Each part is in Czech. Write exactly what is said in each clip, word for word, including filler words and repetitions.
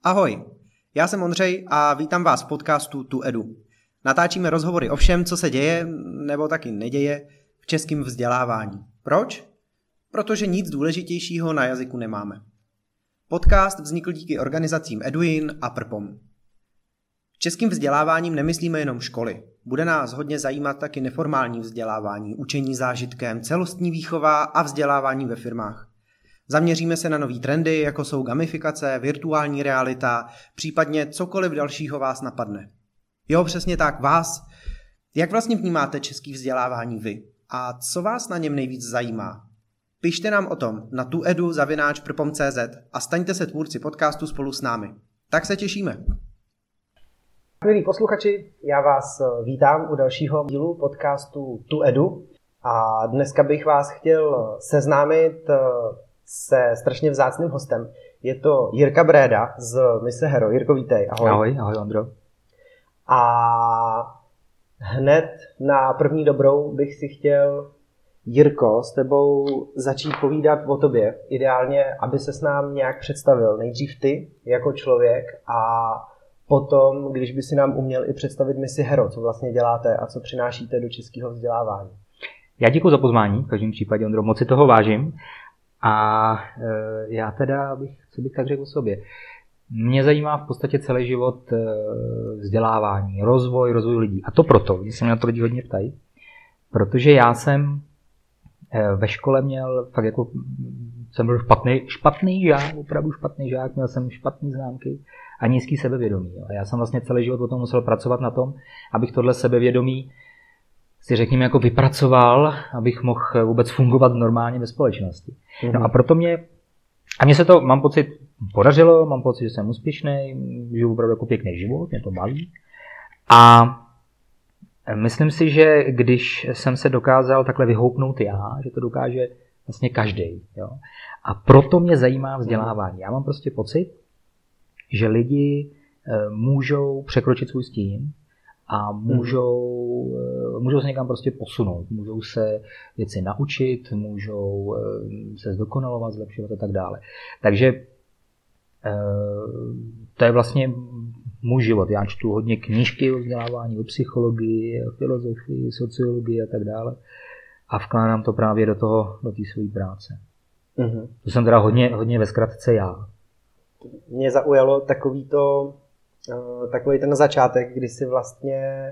Ahoj, já jsem Ondřej a vítám vás v podcastu Tu Edu. Natáčíme rozhovory o všem, co se děje, nebo taky neděje, v českém vzdělávání. Proč? Protože nic důležitějšího na jazyku nemáme. Podcast vznikl díky organizacím Eduin a Prpom. Českým vzděláváním nemyslíme jenom školy. Bude nás hodně zajímat taky neformální vzdělávání, učení zážitkem, celostní výchova a vzdělávání ve firmách. Zaměříme se na nový trendy, jako jsou gamifikace, virtuální realita, případně cokoliv dalšího vás napadne. Jo, přesně tak, vás. Jak vlastně vnímáte český vzdělávání vy? A co vás na něm nejvíc zajímá? Pište nám o tom na tuedu zavináč prpom tečka cz a staňte se tvůrci podcastu spolu s námi. Tak se těšíme. Milí posluchači, já vás vítám u dalšího dílu podcastu Tu Edu a dneska bych vás chtěl seznámit se strašně vzácným hostem. Je to Jirka Bréda z mise Hero. Jirko, vítej. Ahoj. Ahoj, ahoj Ondro. A hned na první dobrou bych si chtěl, Jirko, s tebou začít povídat o tobě. Ideálně, aby ses nám nějak představil. Nejdřív ty jako člověk a potom, když by si nám uměl i představit misi Hero, co vlastně děláte a co přinášíte do českého vzdělávání. Já děkuji za pozvání, v každém případě, Ondro, moc si toho vážím. A e, já teda, bych, co bych tak řekl o sobě, mě zajímá v podstatě celý život e, vzdělávání, rozvoj, rozvoj lidí. A to proto, že se mě na to lidi hodně ptají, protože já jsem e, ve škole měl fakt jako, jsem byl špatný, špatný žák, opravdu špatný žák, měl jsem špatný známky a nízký sebevědomí. Jo. A já jsem vlastně celý život o tom musel pracovat na tom, abych tohle sebevědomí si řekněme jako vypracoval, abych mohl vůbec fungovat normálně ve společnosti. Mm-hmm. No a proto mě, a mně se to, mám pocit, podařilo, mám pocit, že jsem úspěšný, žiju opravdu jako pěkný život, mě to baví. A myslím si, že když jsem se dokázal takhle vyhoupnout já, že to dokáže vlastně každý. Jo? A proto mě zajímá vzdělávání. Já mám prostě pocit, že lidi můžou překročit svůj stín, a můžou, hmm. můžou se někam prostě posunout, můžou se věci naučit, můžou se zdokonalovat, zlepšovat a tak dále. Takže to je vlastně můj život. Já čtu hodně knížky o vzdělávání, o psychologii, o filozofii, sociologii a tak dále a vkládám to právě do toho, do té své práce. Hmm. To jsem teda hodně, hodně ve zkratce já. Mě zaujalo takový to takový ten začátek, kdy si vlastně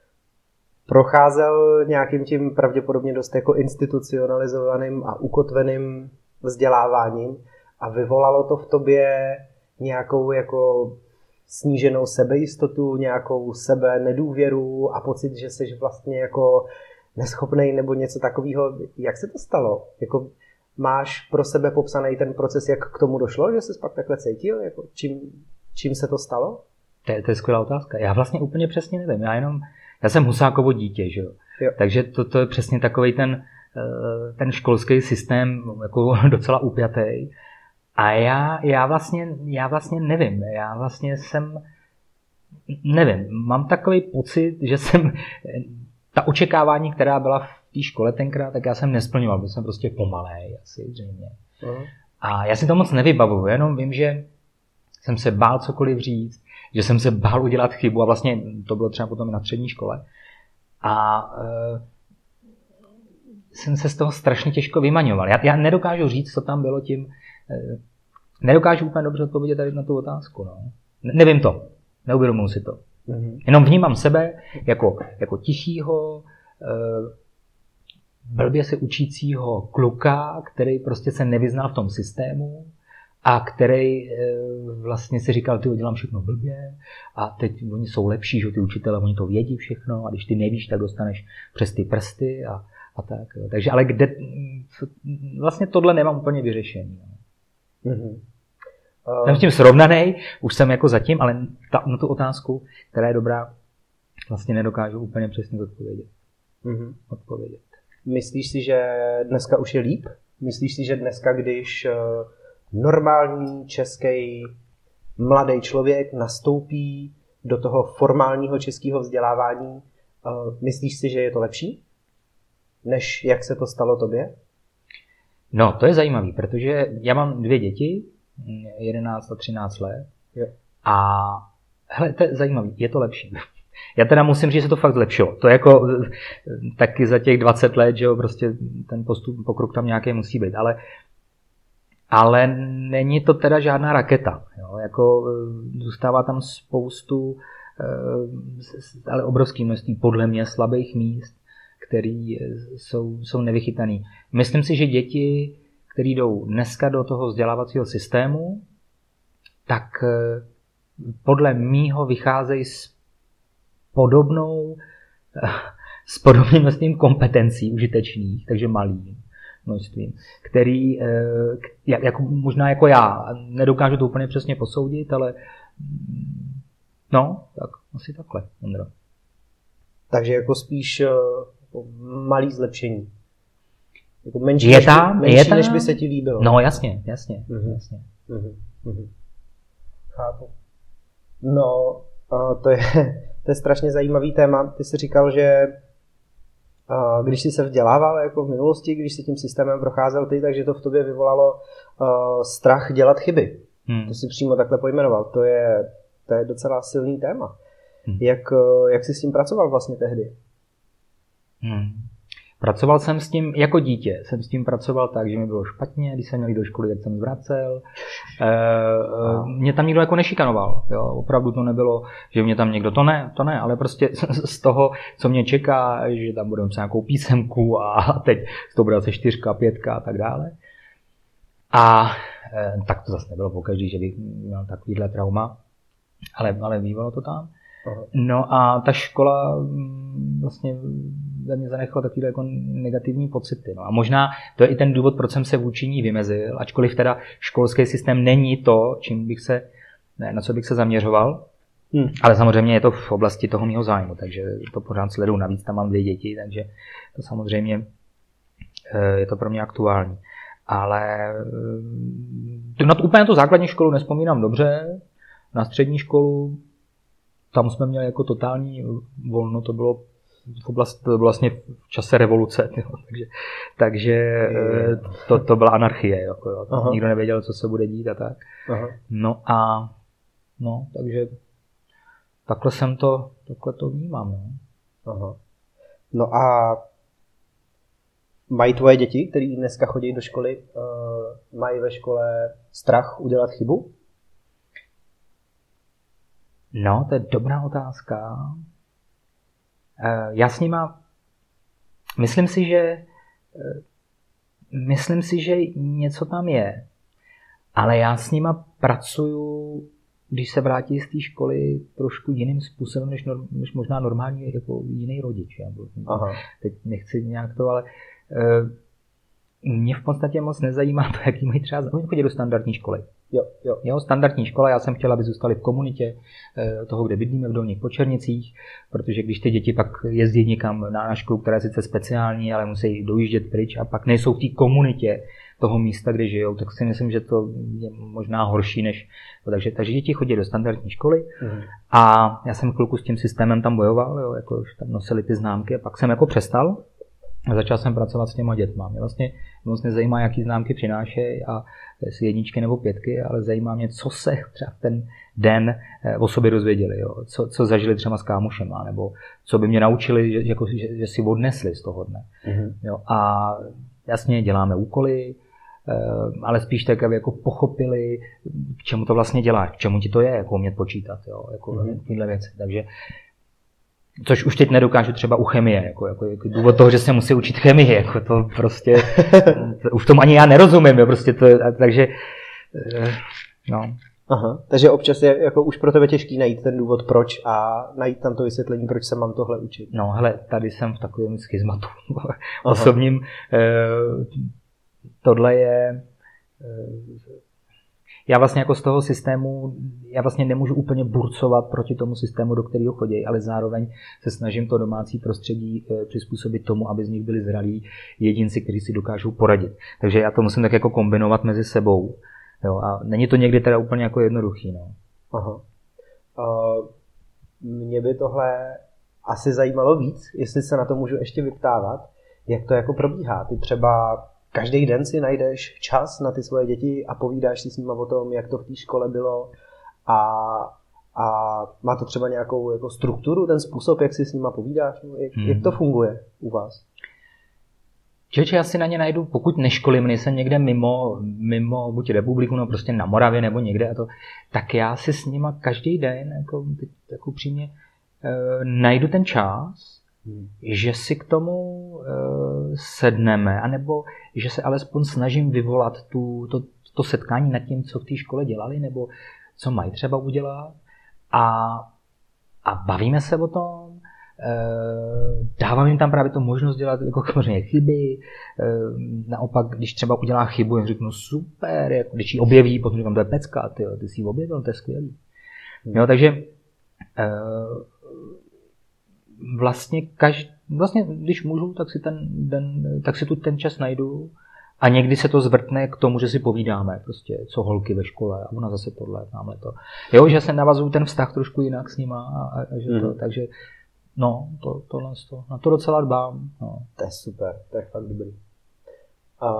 procházel nějakým tím pravděpodobně dost jako institucionalizovaným a ukotveným vzděláváním a vyvolalo to v tobě nějakou jako sníženou sebejistotu, nějakou sebe nedůvěru a pocit, že jsi vlastně jako neschopnej nebo něco takového. Jak se to stalo? Jako máš pro sebe popsaný ten proces, jak k tomu došlo, že jsi pak takhle cítil? Jako čím, čím se to stalo? To je, to je skvělá otázka. Já vlastně úplně přesně nevím. Já jenom, já jsem Husákovo dítě, že jo. jo. Takže to, to je přesně takovej ten, ten školský systém jako docela upjatý. A já, já, vlastně, já vlastně nevím. Já vlastně jsem, nevím, mám takový pocit, že jsem, ta očekávání, která byla v té škole tenkrát, tak já jsem nesplňoval, byl jsem prostě pomalej, asi zřejmě. Uh-huh. A já si to moc nevybavuju, jenom vím, že jsem se bál cokoliv říct, že jsem se bál udělat chybu a vlastně to bylo třeba potom i na střední škole. A e, jsem se z toho strašně těžko vymaňoval. Já, já nedokážu říct, co tam bylo tím, e, nedokážu úplně dobře odpovědět tady na tu otázku. No. Ne, nevím to, neuvědomuji si to. Mm-hmm. Jenom vnímám sebe jako, jako tichýho, e, blbě se učícího kluka, který prostě se nevyznal v tom systému, a který vlastně si říkal, ty dělám všechno blbě a teď oni jsou lepší, že ty učitelé, oni to vědí všechno a když ty nevíš, tak dostaneš přes ty prsty a, a tak. Takže ale kde, vlastně tohle nemám úplně vyřešení. Mm-hmm. Uh... Jsem s tím srovnaný, už jsem jako zatím, ale ta, na tu otázku, která je dobrá, vlastně nedokážu úplně přesně odpovědět. Mm-hmm. odpovědět. Myslíš si, že dneska už je líp? Myslíš si, že dneska, když normální český mladý člověk nastoupí do toho formálního českého vzdělávání, myslíš si, že je to lepší, než jak se to stalo tobě? No, to je zajímavý, protože já mám dvě děti, jedenáct a třináct let, Jo. A hele, to je zajímavý, je to lepší. Já teda musím říct, že se to fakt zlepšilo. To je jako taky za těch dvacet let, že jo, prostě ten postup, pokrok tam nějaký musí být, ale ale není to teda žádná raketa, jo, jako zůstává tam spoustu, ale obrovský množství podle mě slabých míst, který jsou, jsou nevychytaný. Myslím si, že děti, které jdou dneska do toho vzdělávacího systému, tak podle mýho vycházejí s podobnou, s podobným množstvím kompetencí užitečných, takže malým množstvím, který, jako, možná jako já, nedokážu to úplně přesně posoudit, ale no, tak asi takhle, Ondro. Takže jako spíš jako malý zlepšení. Jako menší, je než, tam, by, menší je tam, než by se ti líbilo. No jasně, jasně. Mm-hmm. jasně. Mm-hmm. Mm-hmm. Chápu. No, to je, to je strašně zajímavý téma. Ty jsi říkal, že když jsi se vzdělával jako v minulosti, když jsi tím systémem procházel ty, takže to v tobě vyvolalo uh, strach dělat chyby. Hmm. To jsi přímo takhle pojmenoval. To je, to je docela silný téma. Hmm. Jak, uh, jak jsi s tím pracoval vlastně tehdy? Hmm. Pracoval jsem s tím jako dítě. Jsem s tím pracoval tak, že mi bylo špatně, když jsem měl jít do školy, tak jsem zvracel. E, e, mě tam nikdo jako nešikanoval. Jo? Opravdu to nebylo, že mě tam někdo, to ne, to ne, ale prostě z toho, co mě čeká, že tam budeme psát nějakou písemku a teď to bude se čtyřka, pětka a tak dále. A e, tak to zase nebylo pokaždý, že bych měl takovýhle trauma, ale, ale bývalo to tam. Aha. No a ta škola vlastně ve mě zanechala takové jako negativní pocity. No a možná to je i ten důvod, proč jsem se vůči ní vymezil, ačkoliv teda školský systém není to, čím bych se, ne, na co bych se zaměřoval, hmm. ale samozřejmě je to v oblasti toho mýho zájmu, takže to pořád sleduju. Navíc tam mám dvě děti, takže to samozřejmě je to pro mě aktuální. Ale na to, úplně tu základní školu nevzpomínám dobře, na střední školu tam jsme měli jako totální volno, to bylo v oblasti, to bylo vlastně v čase revoluce, jo, takže, takže to, to byla anarchie, jako, jo, nikdo nevěděl, co se bude dít a tak. Aha. No a no, takže takhle jsem to, takhle to vnímám. No. Aha. No a mají tvoje děti, které dneska chodí do školy, uh, mají ve škole strach udělat chybu? No, to je dobrá otázka. Já s nima, myslím si, že myslím si, že něco tam je, ale já s nima pracuju, když se vrátí z té školy, trošku jiným způsobem, než, norm, než možná normální jako jiný rodič. Já Aha. Teď nechci nějak to, ale mě v podstatě moc nezajímá to, jaký mají třeba, oni chodí do standardní školy. Jo, jo. Jo, standardní škola, já jsem chtěla, aby zůstali v komunitě toho, kde bydlíme, v Dolních Počernicích, protože když ty děti pak jezdí někam na, na školu, která je sice speciální, ale musí dojíždět pryč a pak nejsou v té komunitě toho místa, kde žijou, tak si myslím, že to je možná horší než... Takže, takže děti chodí do standardní školy mm. a já jsem chvilku s tím systémem tam bojoval, jo, jako už tam nosili ty známky a pak jsem jako přestal. A začal jsem pracovat s těma dětma. Mě vlastně moc nezajímá, jaký známky přinášejí a jestli jedničky nebo pětky, ale zajímá mě, co se třeba ten den o sobě dozvěděli, jo? Co, co zažili třeba s kámošema, nebo co by mě naučili, že, jako, že, že si odnesli z toho dne. Mm-hmm. Jo? A jasně děláme úkoly, ale spíš tak, aby jako pochopili, k čemu to vlastně děláš, k čemu ti to je, jako umět počítat, jo? Jako mm-hmm. tyhle věci. Takže což už teď nedokážu třeba u chemie, jako, jako, jako důvod toho, že se musí učit chemii, jako to prostě, to, už tomu ani já nerozumím, jo, prostě to, takže, no. Aha, takže občas je jako už pro tebe těžký najít ten důvod proč a najít tam to vysvětlení, proč se mám tohle učit. No hele, tady jsem v takovém schizmatu osobním, tohle je... Já vlastně jako z toho systému, já vlastně nemůžu úplně burcovat proti tomu systému, do kterého chodí, ale zároveň se snažím to domácí prostředí přizpůsobit tomu, aby z nich byli zralí jedinci, kteří si dokážou poradit. Takže já to musím tak jako kombinovat mezi sebou. Jo, a není to někdy teda úplně jako jednoduchý. No. Aha. Uh, mě by tohle asi zajímalo víc, jestli se na to můžu ještě vyptávat, jak to jako probíhá. Ty třeba každý den si najdeš čas na ty svoje děti a povídáš si s nimi o tom, jak to v té škole bylo a, a má to třeba nějakou jako strukturu, ten způsob, jak si s nima povídáš? Jak, hmm. jak to funguje u vás? Čeče, já si na ně najdu, pokud neškolím, nejsem někde mimo, mimo buď republiku, no prostě na Moravě nebo někde, a to, tak já si s nima každý den, jako, tak upřímně, eh, najdu ten čas, hmm. že si k tomu eh, sedneme, anebo že se alespoň snažím vyvolat tu, to, to setkání nad tím, co v té škole dělali, nebo co mají třeba udělat, a, a bavíme se o tom. Dávám jim tam právě tu možnost dělat jako samozřejmě chyby. Naopak, když třeba udělá chybu, jim řeknu super, jako když ji objeví, potom říkám, to je pecka, ty, ty jsi ji objevil, to je skvělý. Jo, takže vlastně, každý, vlastně když můžu, tak si, ten, den, tak si tu ten čas najdu a někdy se to zvrtne k tomu, že si povídáme, prostě, co holky ve škole a ona zase tohle, tamhle to. Jo, že se navazuju ten vztah trošku jinak s nima a, a že to, mm. takže no, to, tohle, to, na to docela dbám. No. To je super, to je fakt dobrý. A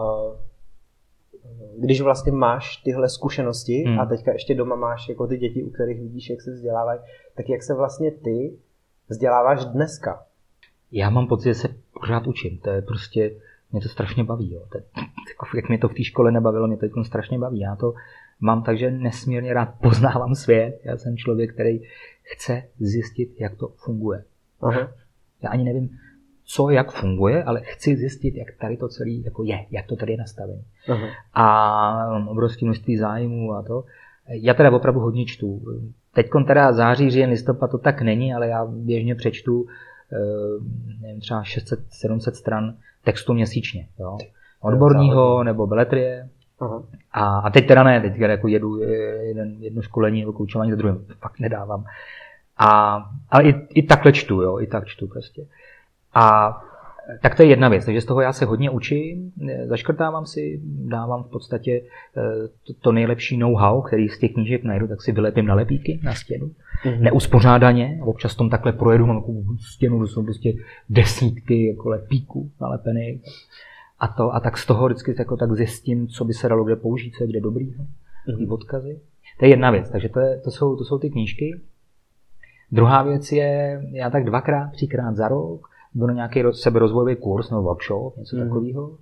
když vlastně máš tyhle zkušenosti hmm. a teďka ještě doma máš jako ty děti, u kterých vidíš, jak se vzdělávají, tak jak se vlastně ty vzděláváš dneska? Já mám pocit, že se pořád učím. To je prostě, mě to strašně baví. Jo. To je, jak mě to v té škole nebavilo, mě to teď strašně baví. Já to mám tak, že nesmírně rád poznávám svět. Já jsem člověk, který chce zjistit, jak to funguje. Aha. Já ani nevím, co, jak funguje, ale chci zjistit, jak tady to celé jako je, jak to tady je nastavené. A mám obrovské množství zájmů a to. Já teda opravdu hodně čtu. Teďkon teda září, říjen, listopad to tak není, ale já běžně přečtu nevím, třeba šest set sedm set stran textu měsíčně. Jo? Odborního nebo beletrie. A, a teď teda ne, teď jako jedu jeden, jedno školení nebo koučování za druhým, fakt nedávám. A, ale i, i takhle čtu, jo, i tak čtu prostě. A tak to je jedna věc, takže z toho já se hodně učím, zaškrtávám si, dávám v podstatě to, to nejlepší know-how, který z těch knížek najdu, tak si vylepím na lepíky na stěnu, mm-hmm. neuspořádaně, občas tom takhle projedu, mám takovou stěnu, to jsou prostě desítky jako lepíků nalepených. A, to, a tak z toho vždycky jako tak zjistím, co by se dalo kde použít, co je kde dobrý, no? Ty odkazy. To je jedna věc, takže to, je, to, jsou, to jsou ty knížky. Druhá věc je, já tak dvakrát, třikrát za rok jdu na nějaký seberozvojový kurz nebo workshop, něco mm. takového.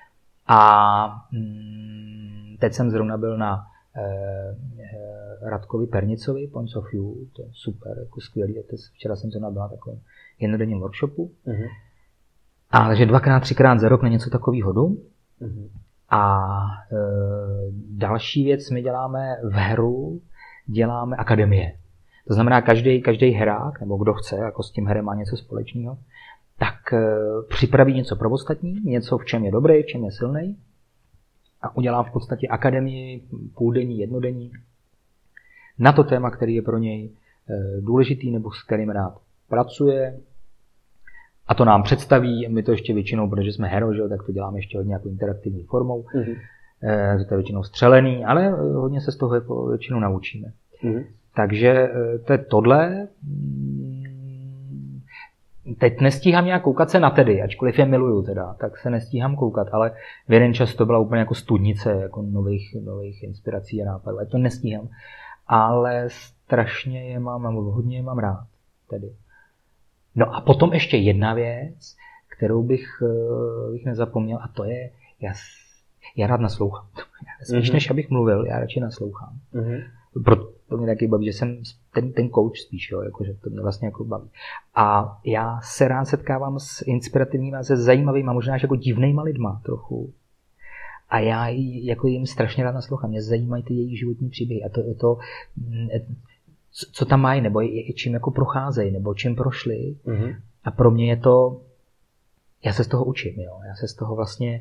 A mm, teď jsem zrovna byl na eh, Radkovi Pernicovi, Points of View, to je super, jako skvělý. Včera jsem zrovna byl na takovém jednodenním workshopu. Mm. A takže dvakrát, třikrát za rok na něco takového jdu. Mm. A e, další věc, my děláme v hru, děláme akademie. To znamená, každý, každý herák, nebo kdo chce, jako s tím herem má něco společného, tak e, připraví něco pro ostatní, něco, v čem je dobrý, v čem je silný, a udělá v podstatě akademii, půldenní, jednodenní, na to téma, který je pro něj e, důležitý, nebo s kterým rád pracuje. A to nám představí, my to ještě většinou, protože jsme hero, že, tak to děláme ještě hodně jako interaktivní formou, mm-hmm. e, to je většinou střelený, ale hodně se z toho jako většinou naučíme. Mm-hmm. Takže to je tohle. Teď nestíhám nějak koukat se na Tedy, ačkoliv je miluju teda, tak se nestíhám koukat, ale v jeden čas to byla úplně jako studnice jako nových, nových inspirací a nápadů. Ale to nestíhám, ale strašně je mám, hodně je mám rád tedy. No a potom ještě jedna věc, kterou bych, bych nezapomněl, a to je, já, já rád naslouchám. Spíš mm-hmm. než abych mluvil, já radši naslouchám. Mm-hmm. Proto mě taky baví, že jsem ten, ten coach spíš, jo, jakože to mě vlastně jako baví. A já se rád setkávám s inspirativníma, se zajímavýma, možná až jako divnejma lidma trochu. A já jako jim strašně rád naslouchám. Mě zajímají ty jejich životní příběhy. A to, to co tam mají, nebo čím jako procházejí, nebo čím prošli. Mm-hmm. A pro mě je to, já se z toho učím, jo. Já se z toho vlastně,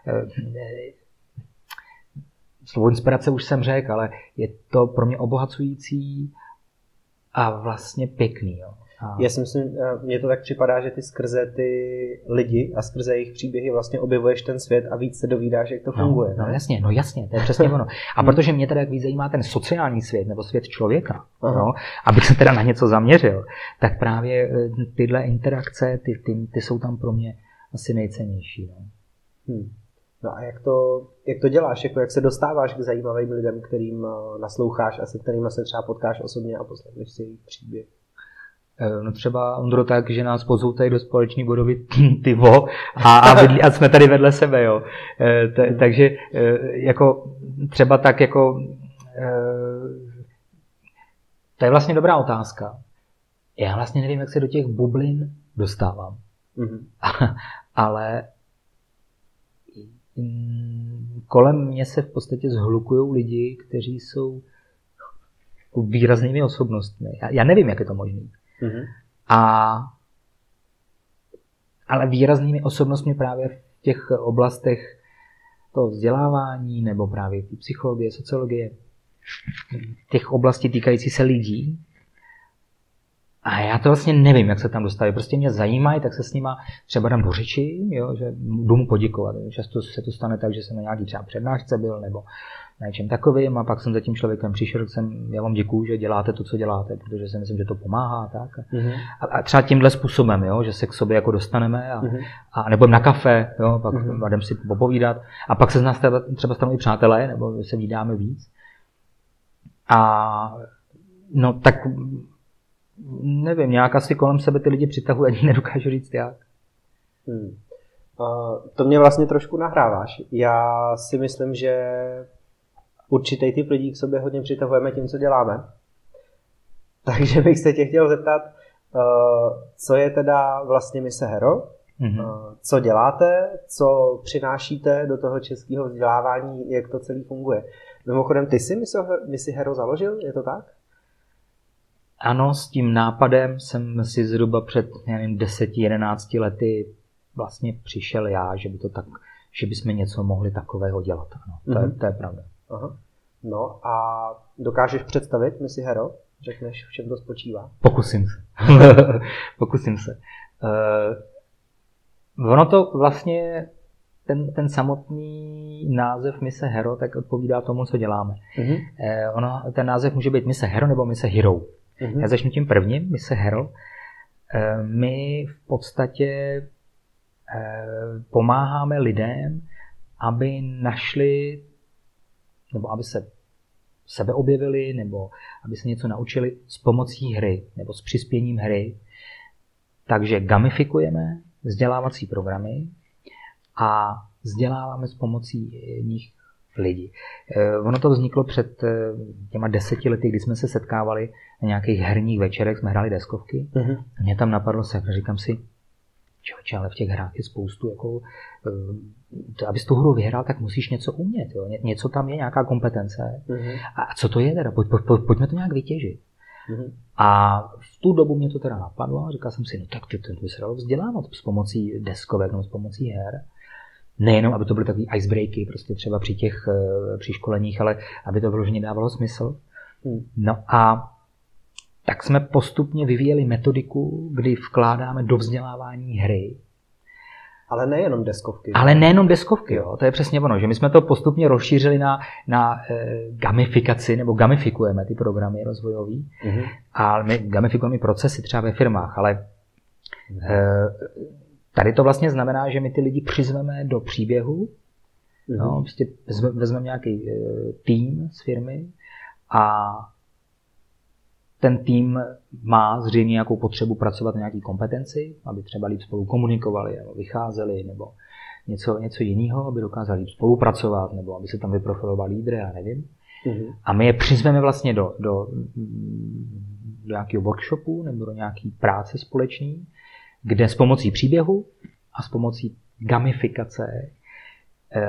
slovo inspirace už jsem řekl, ale je to pro mě obohacující a vlastně pěkný, jo. A... Já si myslím, mně to tak připadá, že ty skrze ty lidi a skrze jejich příběhy vlastně objevuješ ten svět a víc se dovídáš, jak to funguje. No, no jasně, no jasně, to je přesně ono. A protože mě teda jak víc zajímá ten sociální svět nebo svět člověka, no, abych se teda na něco zaměřil, tak právě tyhle interakce, ty, ty, ty jsou tam pro mě asi nejcennější. No. Hmm. No a jak to, jak to děláš? Jako jak se dostáváš k zajímavým lidem, kterým nasloucháš a se kterými se třeba potkáš osobně a poslechneš si jejich příběh? No třeba, Ondro, tak, že nás pozvou tady do společný budovy Tivo a, a, vedli, a jsme tady vedle sebe, jo. T, takže jako třeba tak jako to je vlastně dobrá otázka. Já vlastně nevím, jak se do těch bublin dostávám. Mm-hmm. Ale kolem mě se v podstatě zhlukujou lidi, kteří jsou výraznými osobnostmi. Já, já nevím, jak je to možné. Mm-hmm. A ale výraznými osobnostmi právě v těch oblastech toho vzdělávání nebo právě té psychologie, sociologie, těch oblastí týkající se lidí. A já to vlastně nevím, jak se tam dostaví. Prostě mě zajímají, tak se s nima třeba dám do řeči, jo, že jdu mu poděkovat. Často se to stane tak, že jsem na nějaký třeba přednášce byl nebo na něčem takovým a pak jsem za tím člověkem přišel, jsem, já vám děkuju, že děláte to, co děláte, protože si myslím, že to pomáhá. Tak. Mm-hmm. A, a třeba tímhle způsobem, jo, že se k sobě jako dostaneme a, mm-hmm. a nebo na kafe, jo, pak mm-hmm. jdem si popovídat a pak se z nás třeba, třeba stanou i přátelé, nebo se vídáme víc. A no tak nevím, nějak asi kolem sebe ty lidi přitahují, ani nedokážu říct jak. Hmm. Uh, to mě vlastně trošku nahráváš. Já si myslím, že určitý typ lidí k sobě hodně přitahujeme tím, co děláme. Takže bych se tě chtěl zeptat, uh, co je teda vlastně mise Hero? Mm-hmm. Uh, co děláte? Co přinášíte do toho českého vzdělávání? Jak to celý funguje? Mimochodem, ty jsi misi Hero založil? Je to tak? Ano, s tím nápadem jsem si zhruba před deset jedenácti lety vlastně přišel já, že by to tak, že bychom něco mohli takového dělat. Ano, to, mm-hmm. je, to je pravda. Aha. No a dokážeš představit misi Hero? Řekneš, v čem to spočívá? Pokusím se. Pokusím se. Uh, ono to vlastně, ten, ten samotný název mise Hero, tak odpovídá tomu, co děláme. Mm-hmm. Uh, ono, ten název může být mise Hero nebo mise Hero. Mm-hmm. Já začnu tím prvním, mise Hero. My v podstatě pomáháme lidem, aby našli, nebo aby se sebeobjevili, nebo aby se něco naučili s pomocí hry, nebo s přispěním hry. Takže gamifikujeme vzdělávací programy a vzděláváme s pomocí nich lidi. Ono to vzniklo před těma deseti lety, kdy jsme se setkávali na nějakých herních večerech, jsme hráli deskovky. Mm-hmm. A mě tam napadlo se, říkám si, člověče, ale v těch hrách je spoustu, jako, abys tu hru vyhrál, tak musíš něco umět. Jo? Ně, něco tam je, nějaká kompetence. Mm-hmm. A co to je teda? Pojď, pojď, pojďme to nějak vytěžit. Mm-hmm. A v tu dobu mě to teda napadlo a říkal jsem si, no tak to, to by se dalo vzdělávat s pomocí deskovek nebo s pomocí her. Nejenom, aby to byly takový icebreaky, prostě třeba při těch při školeních, ale aby to vyloženě dávalo smysl. Hmm. No a tak jsme postupně vyvíjeli metodiku, kdy vkládáme do vzdělávání hry. Ale nejenom deskovky. Ale nejenom deskovky, jo. To je přesně ono, že my jsme to postupně rozšířili na, na e, gamifikaci, nebo gamifikujeme ty programy rozvojový. Hmm. A my gamifikujeme procesy třeba ve firmách, ale e, tady to vlastně znamená, že my ty lidi přizveme do příběhu, mm-hmm. no, prostě vezmeme nějaký e, tým z firmy a ten tým má zřejmě nějakou potřebu pracovat na nějaký kompetenci, aby třeba líp spolu komunikovali, nebo vycházeli, nebo něco, něco jiného, aby dokázali líp spolupracovat, nebo aby se tam vyprofiloval lídr, já nevím. Mm-hmm. A my je přizveme vlastně do, do, do nějakého workshopu, nebo do nějaké práce společné, kde s pomocí příběhu a s pomocí gamifikace eh,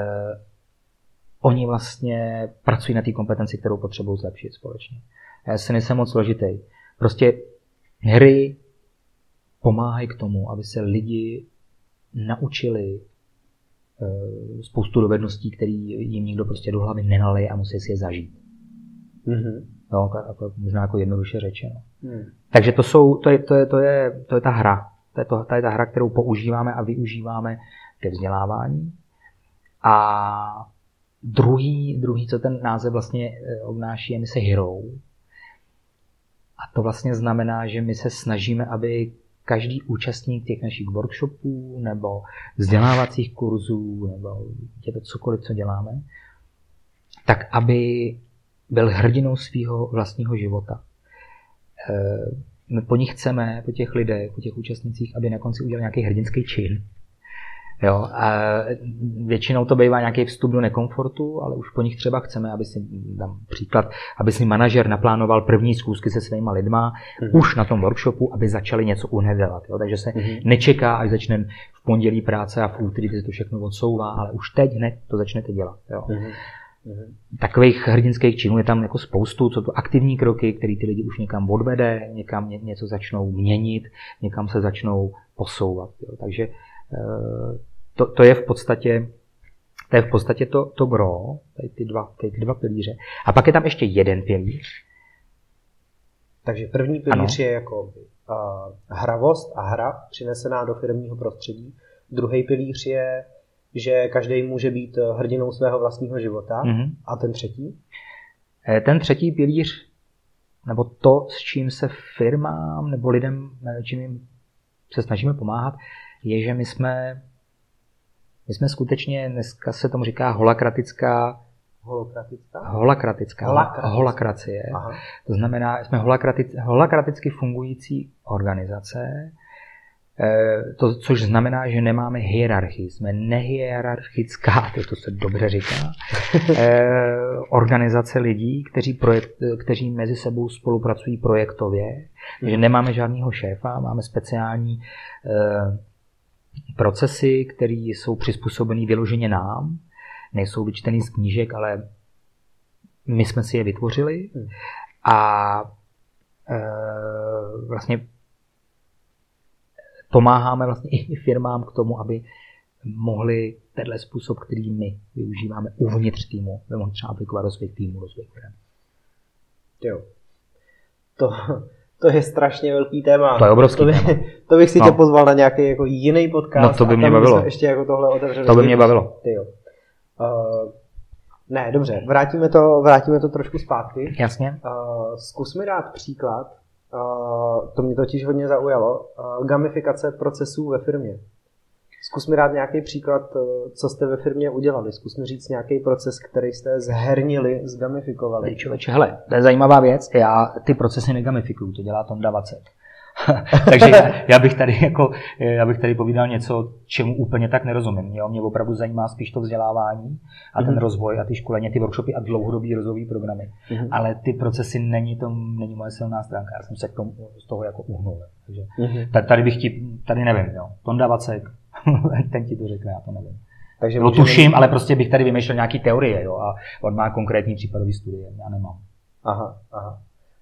oni vlastně pracují na té kompetenci, kterou potřebují zlepšit společně. Já si nejsem moc složitý. Prostě hry pomáhají k tomu, aby se lidi naučili eh, spoustu dovedností, které jim nikdo prostě do hlavy nenalije a musí si je zažít. Mm-hmm. No, jako, možná jako jednoduše řečeno. Mm. Takže to, jsou, to, je, to, je, to, je, to je ta hra. To je, to, to je ta hra, kterou používáme a využíváme ke vzdělávání. A druhý, druhý, co ten název vlastně obnáší, je mise Hero. A to vlastně znamená, že my se snažíme, aby každý účastník těch našich workshopů nebo vzdělávacích kurzů nebo je to cokoliv, co děláme, tak aby byl hrdinou svého vlastního života. My po nich chceme, po těch lidech, po těch účastnicích, aby na konci udělali nějaký hrdinský čin. Jo, a většinou to bývá nějaký vstup do nekomfortu, ale už po nich třeba chceme, aby si, dám příklad, aby si manažer naplánoval první schůzky se svýma lidma mm. už na tom workshopu, aby začali něco uhned dělat. Jo. Takže se mm. nečeká, až začne v pondělí práce a v úterý se to všechno odsouvá, ale už teď hned to začnete dělat. Jo. Mm. Takových hrdinských činů je tam jako spoustu, co to aktivní kroky, které ty lidi už někam odvede, někam ně, něco začnou měnit, někam se začnou posouvat. Jo. Takže to, to je v podstatě to je v podstatě to, to gro, tady ty dva, ty dva pilíře. A pak je tam ještě jeden pilíř. Takže první pilíř ano. je jako uh, hravost a hra přinesená do firmního prostředí. Druhý pilíř je, že každý může být hrdinou svého vlastního života. Mm-hmm. A ten třetí? Ten třetí pilíř, nebo to, s čím se firmám nebo lidem, čím jim se snažíme pomáhat, je, že my jsme, my jsme skutečně, dneska se tomu říká holakratická, Holokratická? Holakratická, holakratická. holakracie. Aha. To znamená, jsme holakratic, holakraticky fungující organizace, to, což znamená, že nemáme hierarchii, jsme nehierarchická, to se dobře říká, organizace lidí, kteří, projekt, kteří mezi sebou spolupracují projektově, že nemáme žádného šéfa, máme speciální procesy, které jsou přizpůsobené vyloženě nám, nejsou vyčtený z knížek, ale my jsme si je vytvořili a e, vlastně pomáháme vlastně i firmám k tomu, aby mohli tenhle způsob, který my využíváme uvnitř týmu, by mohli třeba aplikovat do svých týmů, do svých firm. Jo. To... To je strašně velký téma. To je obrovský to by, téma. To bych si no. tě pozval na nějaký jako jiný podcast. No to by mě bavilo. Ještě jako tohle otevřeli. To by mě bavilo. Ty jo. Uh, ne, dobře. Vrátíme to, vrátíme to trošku zpátky. Jasně. Uh, zkus mi dát příklad. Uh, to mě totiž hodně zaujalo. Uh, gamifikace procesů ve firmě. Zkus mi dát nějaký příklad, co jste ve firmě udělali. Zkus mi říct nějaký proces, který jste zhernili, zgamifikovali. Člověče, hele, to je zajímavá věc. Já ty procesy negamifikuju, to dělá Tonda Vacek. Takže já, já, bych tady jako, já bych tady povídal něco, čemu úplně tak nerozumím. Jo? Mě opravdu zajímá spíš to vzdělávání a ten mm-hmm. rozvoj a ty školení, ty workshopy a dlouhodobý rozvojové programy. Mm-hmm. Ale ty procesy není, to, není moje silná stránka. Já jsem se k tomu, z toho jako uhnul. Takže mm-hmm. tady bych ti, tady nevím, jo. Tonda Vacek, ten ti to řekne, já to nevím. Takže to tuším, mít... ale prostě bych tady vymýšlel nějaký teorie, jo, a on má konkrétní případový studie, já nemám. Aha, aha.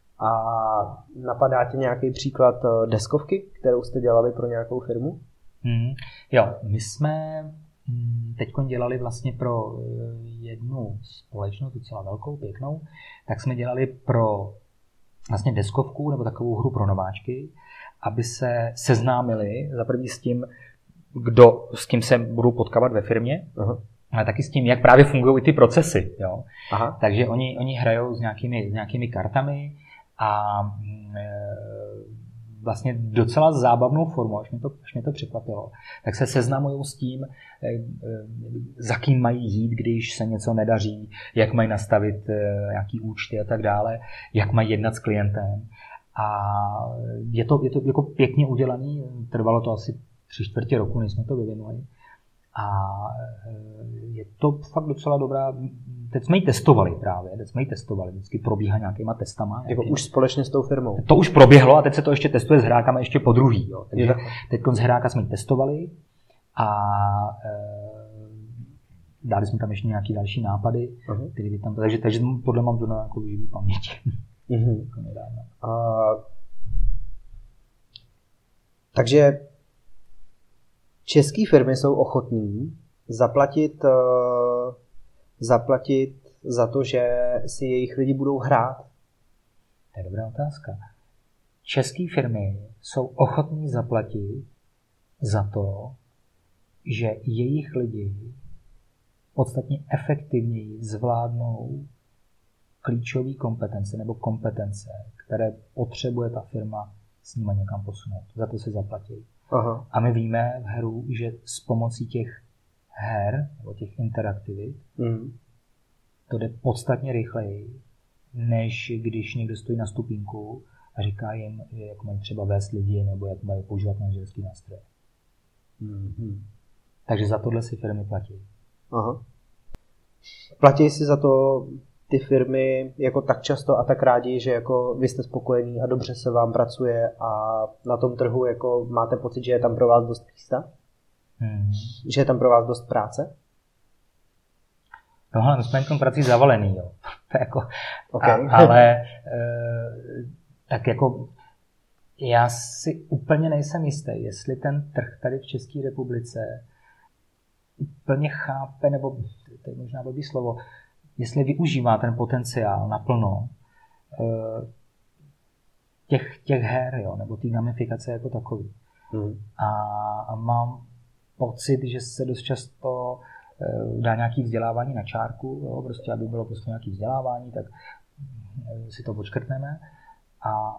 A napadá ti nějaký příklad deskovky, kterou jste dělali pro nějakou firmu? Hmm, jo, my jsme teď dělali vlastně pro jednu společnost, docela velkou, pěknou, tak jsme dělali pro vlastně deskovku nebo takovou hru pro nováčky, aby se seznámili za první s tím, kdo, s kým se budou potkávat ve firmě, uh-huh. ale taky s tím, jak právě fungují ty procesy. Jo? Aha. Takže oni, oni hrajou s nějakými, s nějakými kartami a e, vlastně docela zábavnou formou, až mě to, až mě to překvapilo, tak se seznamují s tím, e, e, za kým mají jít, když se něco nedaří, jak mají nastavit e, nějaký účty a tak dále, jak mají jednat s klientem. A je to, je to jako pěkně udělaný, trvalo to asi tři čtvrtě roku, než jsme to vyvinuli. A je to fakt docela dobrá. Teď jsme ji testovali právě, teď jsme ji testovali, vždycky probíhá nějakýma testama. Jako nějakýma. Už společně s tou firmou? To už proběhlo a teď se to ještě testuje s hrákama ještě po druhý. Jo. Takže teď s hráka jsme ji testovali a e, dali jsme tam ještě nějaký další nápady, uh-huh. které by tam, takže, takže podle mám to na jako živý paměť. Uh-huh. A, takže české firmy jsou ochotní zaplatit, uh, zaplatit za to, že si jejich lidi budou hrát? To je dobrá otázka. České firmy jsou ochotní zaplatit za to, že jejich lidi podstatně efektivněji zvládnou klíčové kompetence nebo kompetence, které potřebuje ta firma s nimi někam posunout. Za to si zaplatí. Aha. A my víme v heru, že s pomocí těch her nebo těch interaktivit mm. to jde podstatně rychleji, než když někdo stojí na stupínku a říká jim, jak mají třeba vést lidi nebo jak mají používat manželský nástroje. Mm-hmm. Takže za tohle si firmy platí. Aha. Platí si za to ty firmy jako tak často a tak rádi, že jako vy jste spokojení a dobře se vám pracuje a na tom trhu jako máte pocit, že je tam pro vás dost místa? Hmm. Že je tam pro vás dost práce? No, my jsme jen tom prací zavalený, jo. To jako, okay. a, ale e, tak jako já si úplně nejsem jistý, jestli ten trh tady v České republice úplně chápe, nebo to je možná blbý slovo, jestli využívá ten potenciál naplno e, těch, těch her, jo, nebo té gamifikace jako takový. Hmm. A, a mám pocit, že se dost často e, dá nějaké vzdělávání na čárku, jo, prostě aby bylo prostě nějaké vzdělávání, tak si to počkrtneme. A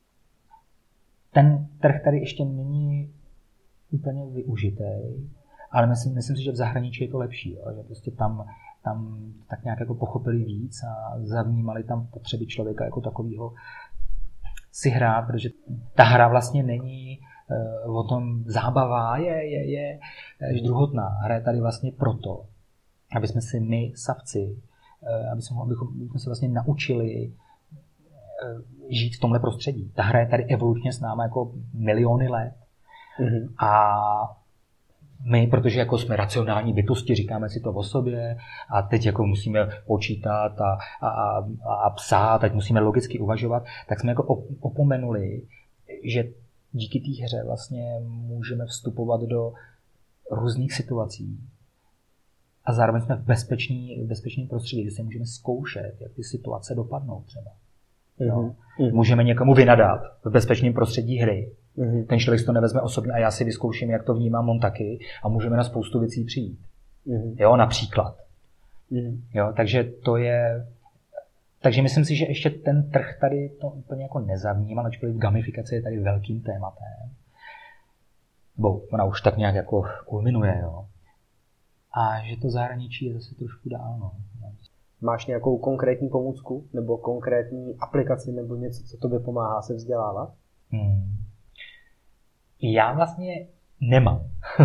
ten trh tady ještě není úplně využitý, ale myslím, myslím si, že v zahraničí je to lepší, jo, že prostě tam, tam tak nějak jako pochopili víc a zavnímali tam potřeby člověka jako takového si hrát, protože ta hra vlastně není uh, o tom zábava, je, je, je, je druhotná. Hra je tady vlastně proto, aby jsme si my, savci, uh, aby jsme, abychom, abychom se vlastně naučili uh, žít v tomhle prostředí. Ta hra je tady evolučně s námi jako miliony let. Mm-hmm. A my, protože jako jsme racionální bytosti, říkáme si to o sobě a teď jako musíme počítat a, a, a, a psát, teď musíme logicky uvažovat, tak jsme jako opomenuli, že díky té hře vlastně můžeme vstupovat do různých situací a zároveň jsme v bezpečný, v bezpečném prostředí, kde se můžeme zkoušet, jak ty situace dopadnou třeba. No. Mm-hmm. Můžeme někomu vynadat v bezpečném prostředí hry. Mm-hmm. Ten člověk si to nevezme osobně a já si vyzkouším, jak to vnímám on taky a můžeme na spoustu věcí přijít. Mm-hmm. Jo, například. Mm-hmm. Jo, takže to je... Takže myslím si, že ještě ten trh tady to úplně jako nezavnímal, ačkoliv gamifikace je tady velkým tématem. Bo ona už tak nějak jako kulminuje, jo. A že to zahraničí je zase trošku dál, no. Máš nějakou konkrétní pomůcku nebo konkrétní aplikaci nebo něco, co tobě pomáhá se vzdělávat? Hmm. Já vlastně nemám.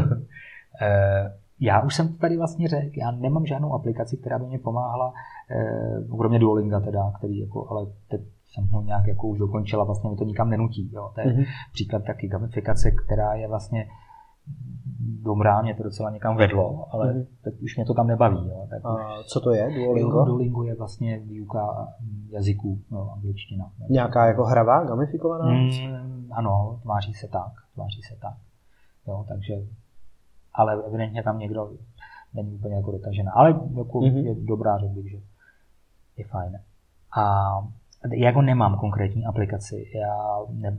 Já už jsem to tady vlastně řekl, já nemám žádnou aplikaci, která by mě pomáhala, kromě Duolinga teda, který jako, ale teď jsem ho nějak jako už dokončila, vlastně mi to nikam nenutí. Jo. To je mm-hmm. příklad taky gamifikace, která je vlastně dobrá, mě to docela někam vedlo, ale mm-hmm. teď už mě to tam nebaví. Jo. Tak a co to je Duolingo? Jo, Duolingo je vlastně výuka jazyků, jo, angličtina. Nějaká jako hravá, gamifikovaná? Mm, ano, tváří se tak, tváří se tak. Jo, takže, ale evidentně tam někdo není úplně jako dotažená, ale jako mm-hmm. je dobrá, řekl bych, že je fajn. A já jako nemám konkrétní aplikaci, já, ne,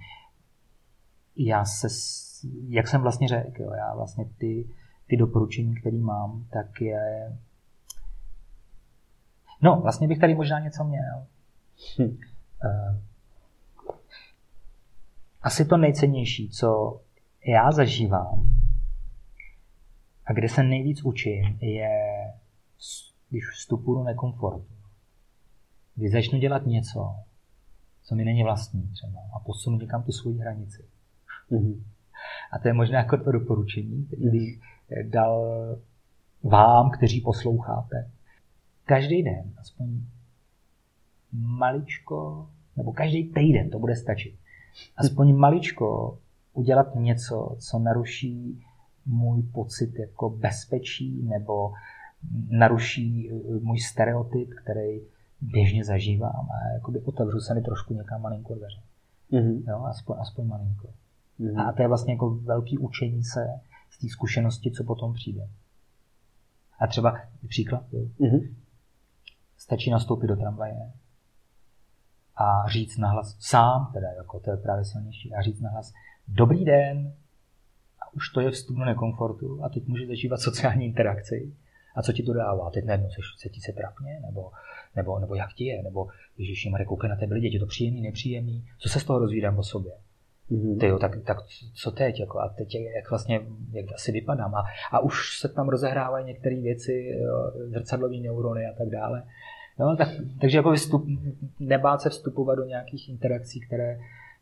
já se, jak jsem vlastně řekl, jo, já vlastně ty, ty doporučení, které mám, tak je, no vlastně bych tady možná něco měl. Hm. Uh, asi to nejcennější, co já zažívám a kde se nejvíc učím, je, když vstupuji do nekomfortu. Když začnu dělat něco, co mi není vlastní třeba a posunu někam tu svoji hranici. Mm-hmm. A to je možná jako to doporučení, který bych dal vám, kteří posloucháte. Každý den, aspoň maličko, nebo každý týden, to bude stačit. Aspoň maličko udělat něco, co naruší můj pocit jako bezpečí nebo naruší můj stereotyp, který běžně zažívám a jakoby otevřu se mi trošku někam malinko dveře. Mm-hmm. Jo, aspoň, aspoň malinko. Mm-hmm. A to je vlastně jako velký učení se z té zkušenosti, co potom přijde. A třeba příklad, mm-hmm. stačí nastoupit do tramvaje a říct nahlas, sám, teda jako to je právě silnější, a říct nahlas, dobrý den, a už to je vstup do nekomfortu a teď můžeš zažívat sociální interakci. A co ti to dává? Teď najednou se ti se trapně, nebo, nebo, nebo jak ti je, nebo ježiši, Marek, koukej na tebe lidi, je to příjemný, nepříjemný, co se z toho rozvídám o sobě? Mm-hmm. Tyjo, tak, tak co teď? Jako, a teď jak vlastně, jak asi vypadám? A, a už se tam rozehrávají některé věci, zrcadlový neurony a tak dále. No, tak, takže jako vstup, nebát se vstupovat do nějakých interakcí, které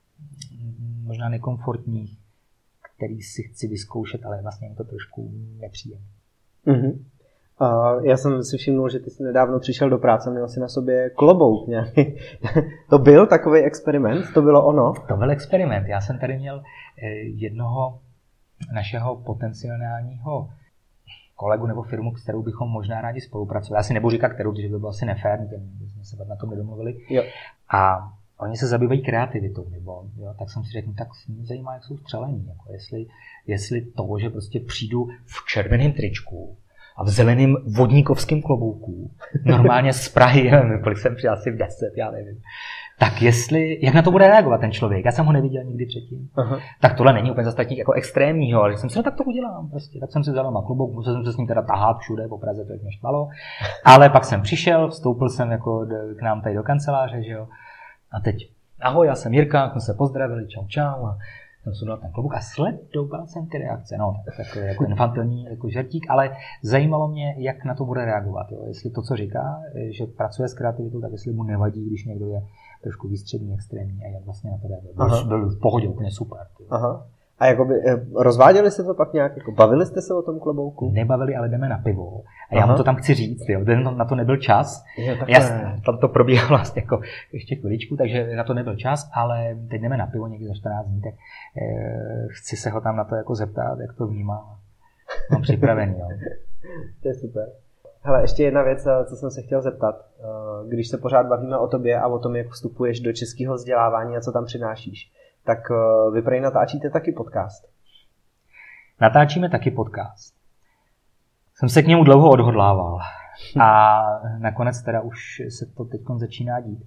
možná nekomfortní, který si chci vyzkoušet, ale vlastně je to trošku nepříjemné. Mm-hmm. Uh, já jsem si všimnul, že ty jsi nedávno přišel do práce, měl si na sobě klobouk nějaký. To byl takový experiment? To bylo ono? To byl experiment. Já jsem tady měl jednoho našeho potenciálního kolegu nebo firmu, s kterou bychom možná rádi spolupracovali. Já si nebudu říkat, kterou, protože to bylo asi nefér, my jsme se na tom nedomluvili. Jo. A oni se zabývají kreativitou, nebo, jo, tak jsem si řekl, tak mě zajímá, jak jsou střelení. Jako jestli, jestli to, že prostě přijdu v červeném tričku a v zeleném vodníkovském klobouku, normálně z Prahy, kolik jsem přijel, asi v deset, já nevím. Tak jestli, jak na to bude reagovat ten člověk? Já jsem ho neviděl nikdy předtím. Aha. Tak tohle není úplně zase tak jako extrémního, ale jsem si, no tak to udělám prostě. Tak jsem si vzal na klobouk, musel jsem se s ním teda tahat všude po Praze, to jak mě štvalo. Ale pak jsem přišel, vstoupil jsem jako k nám tady do kanceláře, že jo. A teď, ahoj, já jsem Jirka, jsme se pozdravili, čau, čau. A jsem sundal ten klobouk a sledoval jsem ty reakce. No, takový jako infantilní jako žertík, ale zajímalo mě, jak na to bude reagovat. Jo. Jestli to, co říká, že pracuje s kreativitou, tak jestli mu nevadí, když někdo je trošku výstřední, extrémní a jak vlastně na to reaguje. Byl v pohodě, úplně super. Aha. A jakoby, rozváděli jste to pak nějak, jako bavili jste se o tom klobouku? Nebavili, ale jdeme na pivo. A já Aha. mu to tam chci říct, jo. Na to nebyl čas. Je, já, tam to probíhalo vlastně jako ještě chviličku, takže na to nebyl čas, ale teď jdeme na pivo někdy za čtrnáct dní, tak eh, chci se ho tam na to jako zeptat, jak to vnímá. Mám připravený, jo. To je super. Hele, ještě jedna věc, co jsem se chtěl zeptat. Když se pořád bavíme o tobě a o tom, jak vstupuješ do českého vzdělávání a co tam přinášíš, tak vy prej natáčíte taky podcast. Natáčíme taky podcast. Jsem se k němu dlouho odhodlával a nakonec teda už se to teď začíná dít.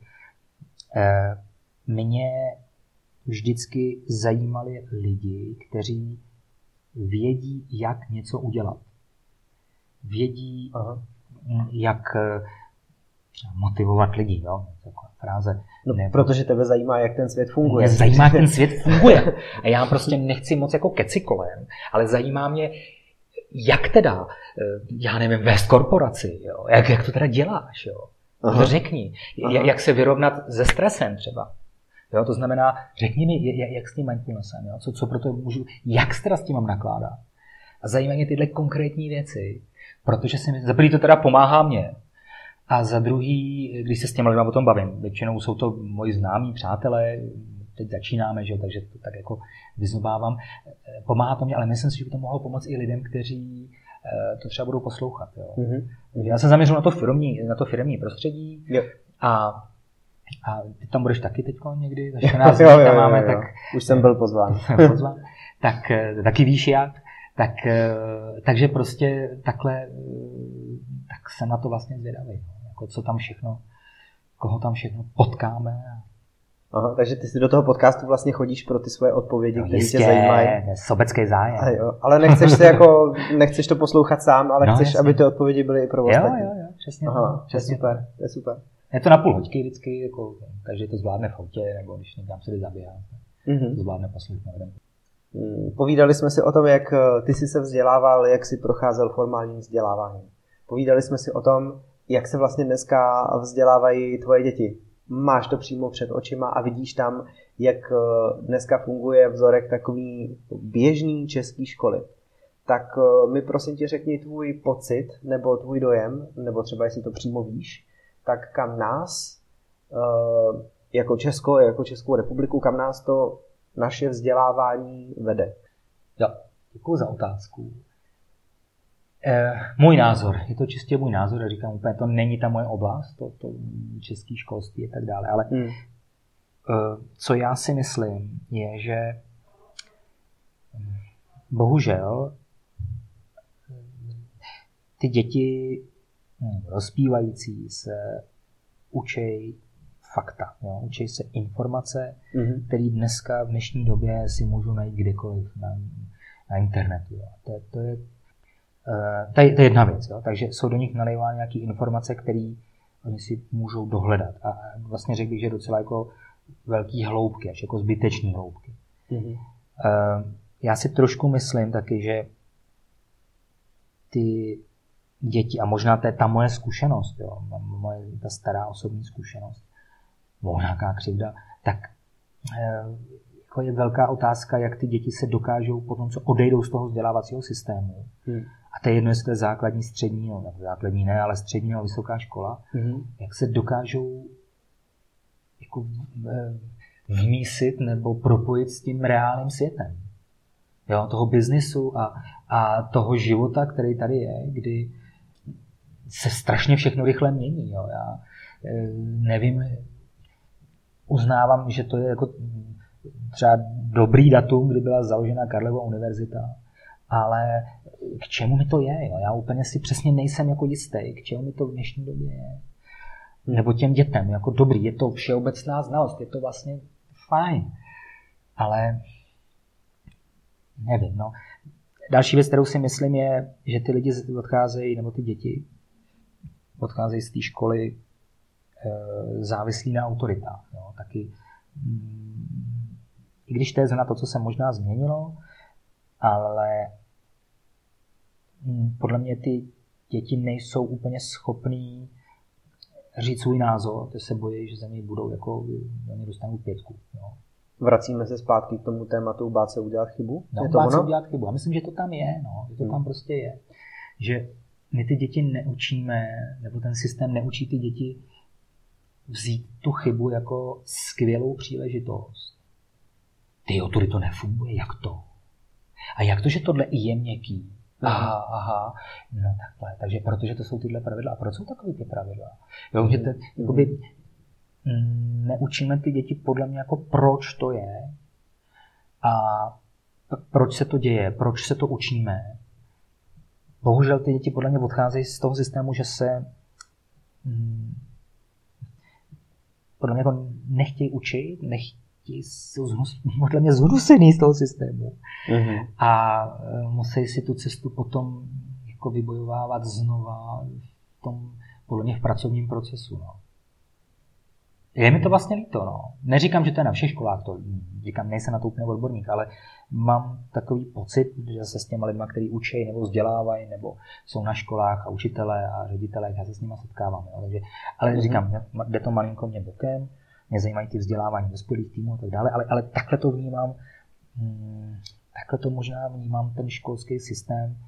Mě vždycky zajímali lidi, kteří vědí, jak něco udělat. Vědí, Aha. jak motivovat lidi, jo, taková fráze. No, ne, protože tebe zajímá, jak ten svět funguje. Mě zajímá, jak ten svět funguje. A já prostě nechci moc jako keci kolem, ale zajímá mě, jak teda, já nevím, vést korporaci, jo, jak, jak to teda děláš, jo. To řekni, Aha. jak se vyrovnat se stresem třeba. Jo, to znamená, řekni mi, jak s tím mindfulnessem, jo, co, co pro to můžu, jak se teda s tím mám nakládat. A zajímají mě tyhle konkrétní věci, protože si za první to teda pomáhá mě. A za druhý, když se s těmi lidmi o tom bavím, většinou jsou to moji známí přátelé, teď začínáme, že jo, takže to tak jako vyzobávám. Pomáhá to mě, ale myslím si, že by to mohlo pomoct i lidem, kteří to třeba budou poslouchat. Jo. Mm-hmm. Já se zaměřil na to firmní, na to firmní prostředí jo. a, a ty tam budeš taky teď někdy, za čtrnáct dní tam máme, tak... Už jsem byl pozván. pozván tak taky víš jak. Tak, takže prostě takhle, tak jsem na to vlastně zvědavý. Jako co tam všechno, koho tam všechno potkáme. Aha, takže ty si do toho podcastu vlastně chodíš pro ty svoje odpovědi, no, které tě zajímají. Sobecký zájem. A jo, ale nechceš se jako, nechceš to poslouchat sám, ale no, chceš, jasně. aby ty odpovědi byly i pro ostatní. Jo, jo, jo, přesně. Aha, přesně. To je super, to je super. Je to na půl hoďky vždycky, jako, takže to zvládne v autě, nebo když někam se jde zabíhat, mm-hmm. to zvládne poslouchat. Povídali jsme si o tom, jak ty jsi se vzdělával, jak jsi procházel formálním vzděláváním. Povídali jsme si o tom, jak se vlastně dneska vzdělávají tvoje děti. Máš to přímo před očima a vidíš tam, jak dneska funguje vzorek takový běžný český školy. Tak mi prosím tě řekni tvůj pocit nebo tvůj dojem, nebo třeba jestli to přímo víš, tak kam nás, jako Česko, jako Českou republiku, kam nás to naše vzdělávání vede. Jo, děkuji za otázku. E, můj názor, je to čistě můj názor, já říkám úplně, to není ta moje oblast, to, to české školství a tak dále, ale hmm. e, co já si myslím, je, že bohužel ty děti hm, rozpívající se učej fakta. Jo? Učí se informace, mm-hmm. které dneska v dnešní době si můžu najít kdekoliv na, na internetu. Jo? To, je, to, je, uh, to, je, to je jedna věc. Jo? Takže jsou do nich nalévány nějaké informace, které oni si můžou dohledat. A vlastně řekl bych, že docela jako velký hloubky, až jako zbytečný hloubky. Mm-hmm. Já si trošku myslím taky, že ty děti, a možná to je ta moje zkušenost, jo, moje ta stará osobní zkušenost, nebo nějaká křivda, tak jako je velká otázka, jak ty děti se dokážou potom, co odejdou z toho vzdělávacího systému. Hmm. A to je jedno, jestli to je základní, střední, no, základní ne, ale střední a vysoká škola, hmm. jak se dokážou jako vmísit nebo propojit s tím reálným světem. Jo, toho biznisu a, a toho života, který tady je, kdy se strašně všechno rychle mění. Jo. Já nevím, uznávám, že to je jako třeba dobrý datum, kdy byla založena Karlova univerzita, ale k čemu mi to je? Jo? Já úplně si přesně nejsem jako jistý, k čemu mi to v dnešní době je. Nebo těm dětem, jako dobrý, je to všeobecná znalost, je to vlastně fajn, ale nevím, no. Další věc, kterou si myslím, je, že ty lidi odcházejí, nebo ty děti odcházejí z té školy e, závislí na autoritách. Jo. Taky, mm, i když to je na to, co se možná změnilo, ale mm, podle mě ty děti nejsou úplně schopný říct svůj názor, ty se bojí, že za něj budou jako, za něj dostanou pětku. Jo. Vracíme se zpátky k tomu tématu bát se udělat chybu? No, je to bát se udělat chybu. Já myslím, že to tam je, no, že to hmm. tam prostě je. Že my ty děti neučíme, nebo ten systém neučí ty děti vzít tu chybu jako skvělou příležitost. Ty jo, tudy to nefunguje, jak to? A jak to, že tohle i je měkký? Aha, aha, no takhle, takže protože to jsou tyhle pravidla. A proč jsou takové ty pravidla? Jo, že to, jakoby, neučíme ty děti podle mě jako proč to je a proč se to děje, proč se to učíme. Bohužel ty děti podle mě odcházejí z toho systému, že se hm, podle mě jako nechtějí učit, nechtějí, jsou podle mě zhnusený z toho systému. Mm-hmm. A musí si tu cestu potom jako vybojovávat znova v tom, podle mě v pracovním procesu. No. Je mi to vlastně líto, no. Neříkám, že to je na všech školách, to říkám, nejsem na to úplně odborník, ale mám takový pocit, že se s těma lidma, kteří učí nebo vzdělávají, nebo jsou na školách a učitelé a ředitelé, já se s nimi setkávám. Jo. Takže, ale mm-hmm. říkám, jde to malinko mě bokem, mě zajímají ty vzdělávání dospělých týmů a tak dále, ale, ale takhle to vnímám, hmm, takhle to možná vnímám ten školský systém.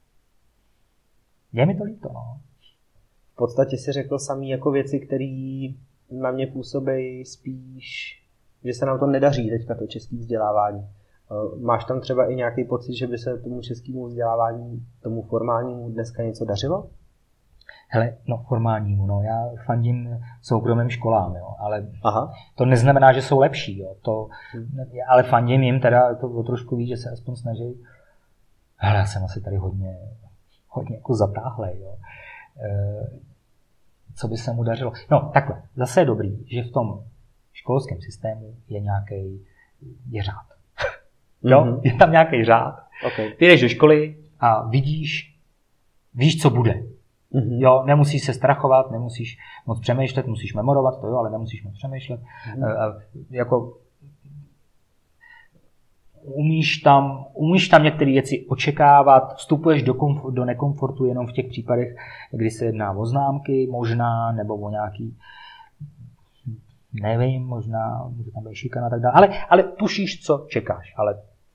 Je mi to líto, no. V podstatě si řekl samý jako věci, které na mě působí spíš, že se nám to nedaří teďka to české vzdělávání. Máš tam třeba i nějaký pocit, že by se tomu českému vzdělávání, tomu formálnímu dneska něco dařilo? Hele, no formálnímu, no já fandím soukromým školám, jo, ale Aha. to neznamená, že jsou lepší, jo, to, ale fandím jim teda to o trošku víc, že se aspoň snaží. Hele, já jsem asi tady hodně, hodně jako zatáhlej, jo. E, co by se mu dařilo. No, takhle, zase je dobrý, že v tom školském systému je nějaký je řád. Jo, mm-hmm. je tam nějaký řád. Okay. Ty jdeš do školy a vidíš, víš, co bude. Mm-hmm. Jo, nemusíš se strachovat, nemusíš moc přemýšlet, musíš memorovat to, jo, ale nemusíš moc přemýšlet. Mm-hmm. E, jako umíš tam, umíš tam některé věci očekávat, vstupuješ do, komfort, do nekomfortu jenom v těch případech, kdy se jedná o známky, možná, nebo o nějaký, nevím, možná, může tam být šikana a tak dále, ale, ale tušíš, co čekáš, ale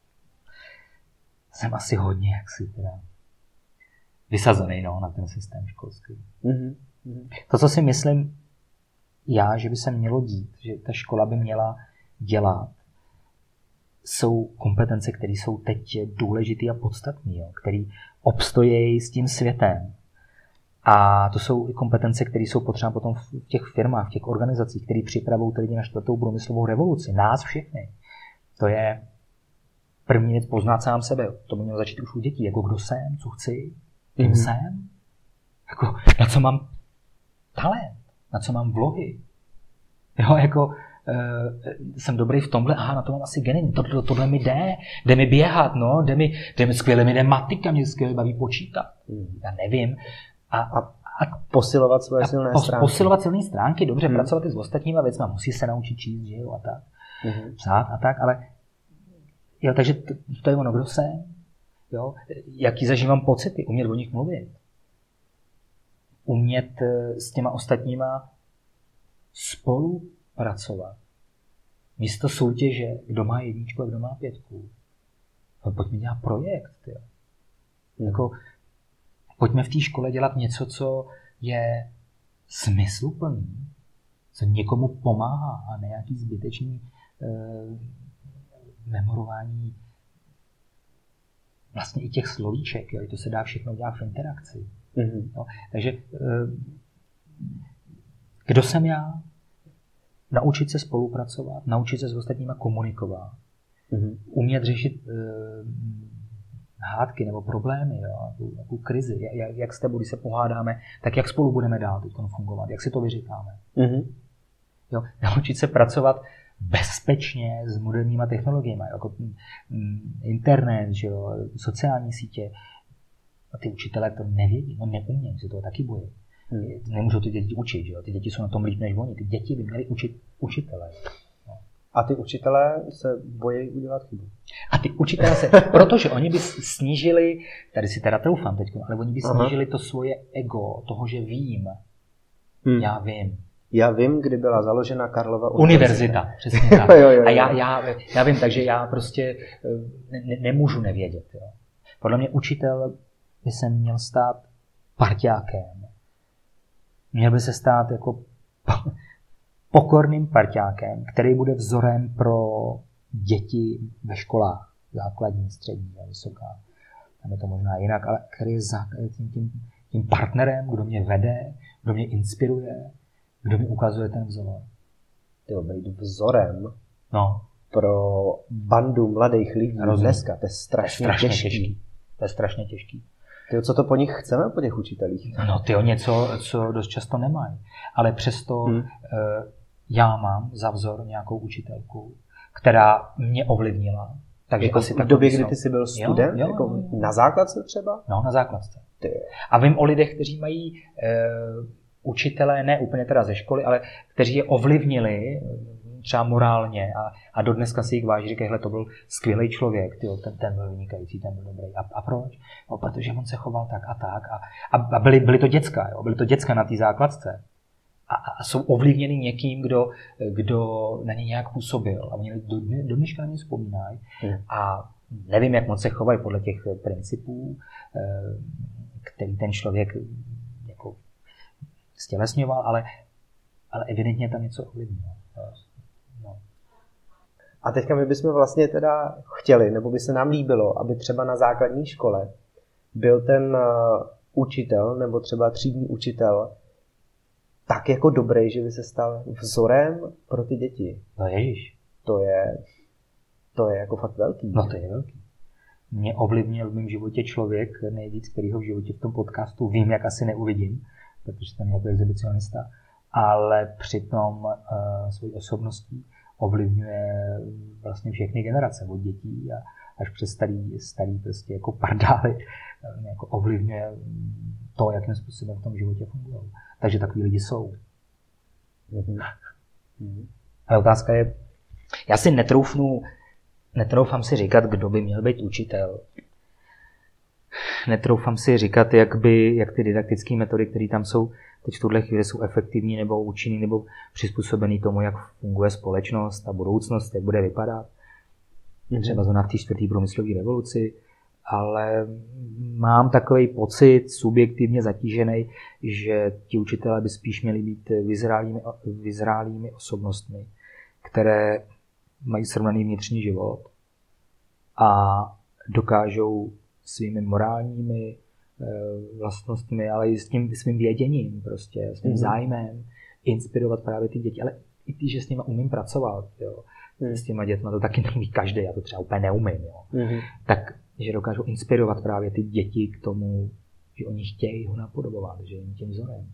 jsem asi hodně jaksi teda vysazený, no, na ten systém školský. Mm-hmm. To, co si myslím já, že by se mělo dít, že ta škola by měla dělat, jsou kompetence, které jsou teď důležité a podstatné, které obstojí s tím světem. A to jsou i kompetence, které jsou potřeba potom v těch firmách, v těch organizacích, které připravují ty lidi na čtvrtou průmyslovou revoluci. Nás všechny. To je první věc poznat sám sebe. To by mělo začít už u dětí. Jako kdo jsem, co chci, kým mm-hmm. jsem, jako na co mám talent, na co mám vlohy. Jo, jako Uh, jsem dobrý v tomhle, aha, na to mám asi geny, to, to, tohle mi jde, jde mi běhat, no, jde mi, jde mi skvěle mi jde matika, mě skvěle baví počítat, mm. já nevím. A, a, a posilovat svoje a silné pos, stránky. Posilovat silné stránky, dobře, mm. pracovat i s ostatníma věcma, musí se naučit číst, že jo, a tak, mm. psát a tak, ale Jo, takže to, to je ono, kdo jsem, jo, jaký zažívám pocity, umět o nich mluvit. Umět s těma ostatníma spolupracovat. Místo soutěže, kdo má jedničku a kdo má pětku. No, pojďme dělat projekt. Jo. Jako, pojďme v té škole dělat něco, co je smysluplný, co někomu pomáhá a ne nějaký zbytečný eh, memorování vlastně i těch slovíček. Jo. To se dá všechno dělat v interakci. Mm-hmm. Jo. Takže eh, kdo jsem já? Naučit se spolupracovat, naučit se s ostatníma komunikovat, mm-hmm. umět řešit e, hádky nebo problémy, jo, tu, tu krizi, jak, jak s tebou, když se pohádáme, tak jak spolu budeme dál teď fungovat, jak si to vyříkáme. Mm-hmm. Jo, naučit se pracovat bezpečně s moderníma technologiemi, jako mm, internet, že jo, sociální sítě. A ty učitelé to nevědí, no neumějí, se toho taky bojí. Hmm. Nemůžou ty děti učit, že jo? Ty děti jsou na tom líp než oni. Ty děti by měly učit učitele. No. A ty učitelé se bojí udělat chybu. A ty učitelé se, protože oni by snížili, tady si teda troufám teď, ale oni by snížili Aha. to svoje ego, toho, že vím. Hmm. Já vím. Já vím, kdy byla založena Karlova univerzita. univerzita přesně tak. jo, jo, jo. A já, já, já vím, takže já prostě ne, nemůžu nevědět. Jo. Podle mě učitel by se měl stát parťákem. Měl by se stát jako pokorným parťákem, který bude vzorem pro děti ve školách, základní, střední a vysoká. Tam je to možná jinak, ale který je tím, tím, tím partnerem, kdo mě vede, kdo mě inspiruje, kdo mi ukazuje ten vzor. Tyjo, být vzorem no. pro bandu mladých lidí Rozumím. dneska, to je strašně, to je strašně těžký. těžký. To je strašně těžký. Tyjo, co to po nich chceme, po těch učitelích? No tyjo, něco, co dost často nemají. Ale přesto hmm. já mám za vzor nějakou učitelku, která mě ovlivnila. Takže jako asi v době, kdy ty jsi byl student? Jo, jo, jako jo. Na základce třeba? No, na základce. Ty. A vím o lidech, kteří mají e, učitelé, ne úplně teda ze školy, ale kteří je ovlivnili třeba morálně a, a do dneska si jich váží, říkají, hele, to byl skvělý člověk, tyjo, ten, ten byl vynikající, ten byl dobrý. A, a proč? No, protože on se choval tak a tak. A, a byli, byli to děcka, jo? Byli to děcka na té základce. A, a jsou ovlivněni někým, kdo, kdo na ně nějak působil. A oni do, do dneška na ně vzpomínají. Hmm. A nevím, jak moc se chovají podle těch principů, který ten člověk jako stělesňoval, ale, ale evidentně tam něco ovlivnilo. No. A teďka my bychom vlastně teda chtěli, nebo by se nám líbilo, aby třeba na základní škole byl ten učitel, nebo třeba třídní učitel, tak jako dobrý, že by se stal vzorem pro ty děti. No ježiš. To je, to je jako fakt velký. No to je velký. Mě ovlivnil v mém životě člověk nejvíc, kterýho v životě v tom podcastu vím, jak asi neuvidím, protože ten je jako exhibicionista, ale přitom uh, svojí osobností ovlivňuje vlastně všechny generace, od dětí a až přes starý, starý prostě jako pardály, jako ovlivňuje to, jakým způsobem v tom životě fungují. Takže takový lidi jsou. Mm-hmm. Ale otázka je, já si netroufnu, netroufám si říkat, kdo by měl být učitel. Netroufám si říkat, jak by, jak ty didaktické metody, které tam jsou, teď v tuhle chvíli jsou efektivní nebo účinný nebo přizpůsobený tomu, jak funguje společnost a budoucnost, jak bude vypadat. Mm-hmm. Třeba zóna v té čtvrté průmyslové revoluci, ale mám takový pocit, subjektivně zatížený, že ti učitelé by spíš měli být vyzrálými, vyzrálými osobnostmi, které mají srovnaný vnitřní život a dokážou svými morálními vlastnostmi, ale i s tím svým věděním, prostě, s tím mm. zájmem inspirovat právě ty děti, ale i ty, že s nimi umím pracovat, jo. Mm. S těma dětma to taky neumí každý, já to třeba úplně neumím, jo. Mm. Tak, že dokážou inspirovat právě ty děti k tomu, že oni chtějí ho napodobovat, že jim tím vzorem.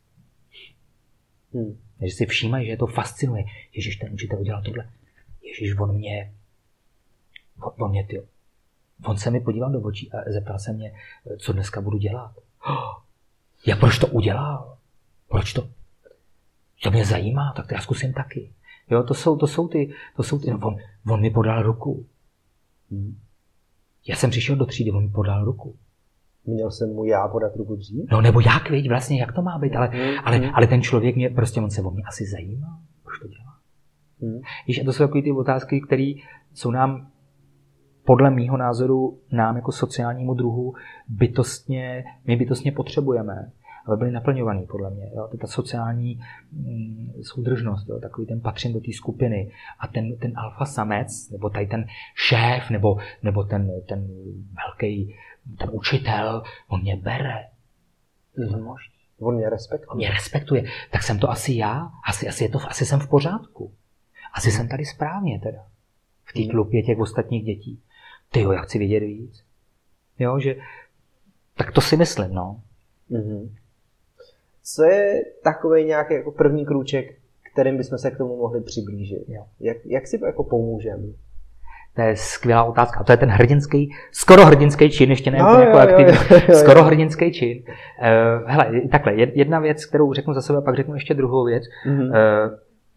Mm. Takže si všímají, že je to fascinuje. Ježiš, ten učitel udělal tohle. Ježiš, on mě, on, on mě, tyjo. On se mi podíval do očí a zeptal se mě, co dneska budu dělat. Já proč to udělal? Proč to? To mě zajímá, tak to já zkusím taky. Jo, to jsou, to jsou ty, to jsou ty, on, on mi podal ruku. Hmm. Já jsem přišel do třídy, on mi podal ruku. Měl jsem mu já podat ruku dřív? No nebo jak, viď, vlastně, jak to má být, ale, hmm. ale, ale ten člověk mě, prostě on se o mě asi zajímá, proč to dělá. Hmm. Víš, a to jsou takové ty otázky, které jsou nám, podle mýho názoru, nám jako sociálnímu druhu bytostně, my bytostně potřebujeme, aby byly naplňovaný, podle mě. Jo? Ta sociální mm, soudržnost, jo? Takový ten patřím do té skupiny a ten, ten alfa samec, nebo tady ten šéf, nebo, nebo ten, ten velký, ten učitel, on mě bere. Mm-hmm. On mě respektuje. On mě respektuje. Tak jsem to asi já, asi, asi, je to, asi jsem v pořádku. Asi jsem tady správně teda. V té tlupě těch ostatních dětí. Tyjo, já chci vědět víc. Jo, že... Tak to si myslím, no. Mm-hmm. Co je takový nějaký jako první krůček, kterým bychom se k tomu mohli přiblížit? Jo. Jak, jak si jako pomůžeme? To je skvělá otázka. A to je ten hrdinský, skoro hrdinský čin, ještě ne no, jako aktivní, skoro jo. hrdinský čin. Uh, hele, takhle, jedna věc, kterou řeknu za sebe, a pak řeknu ještě druhou věc. Mm-hmm. Uh,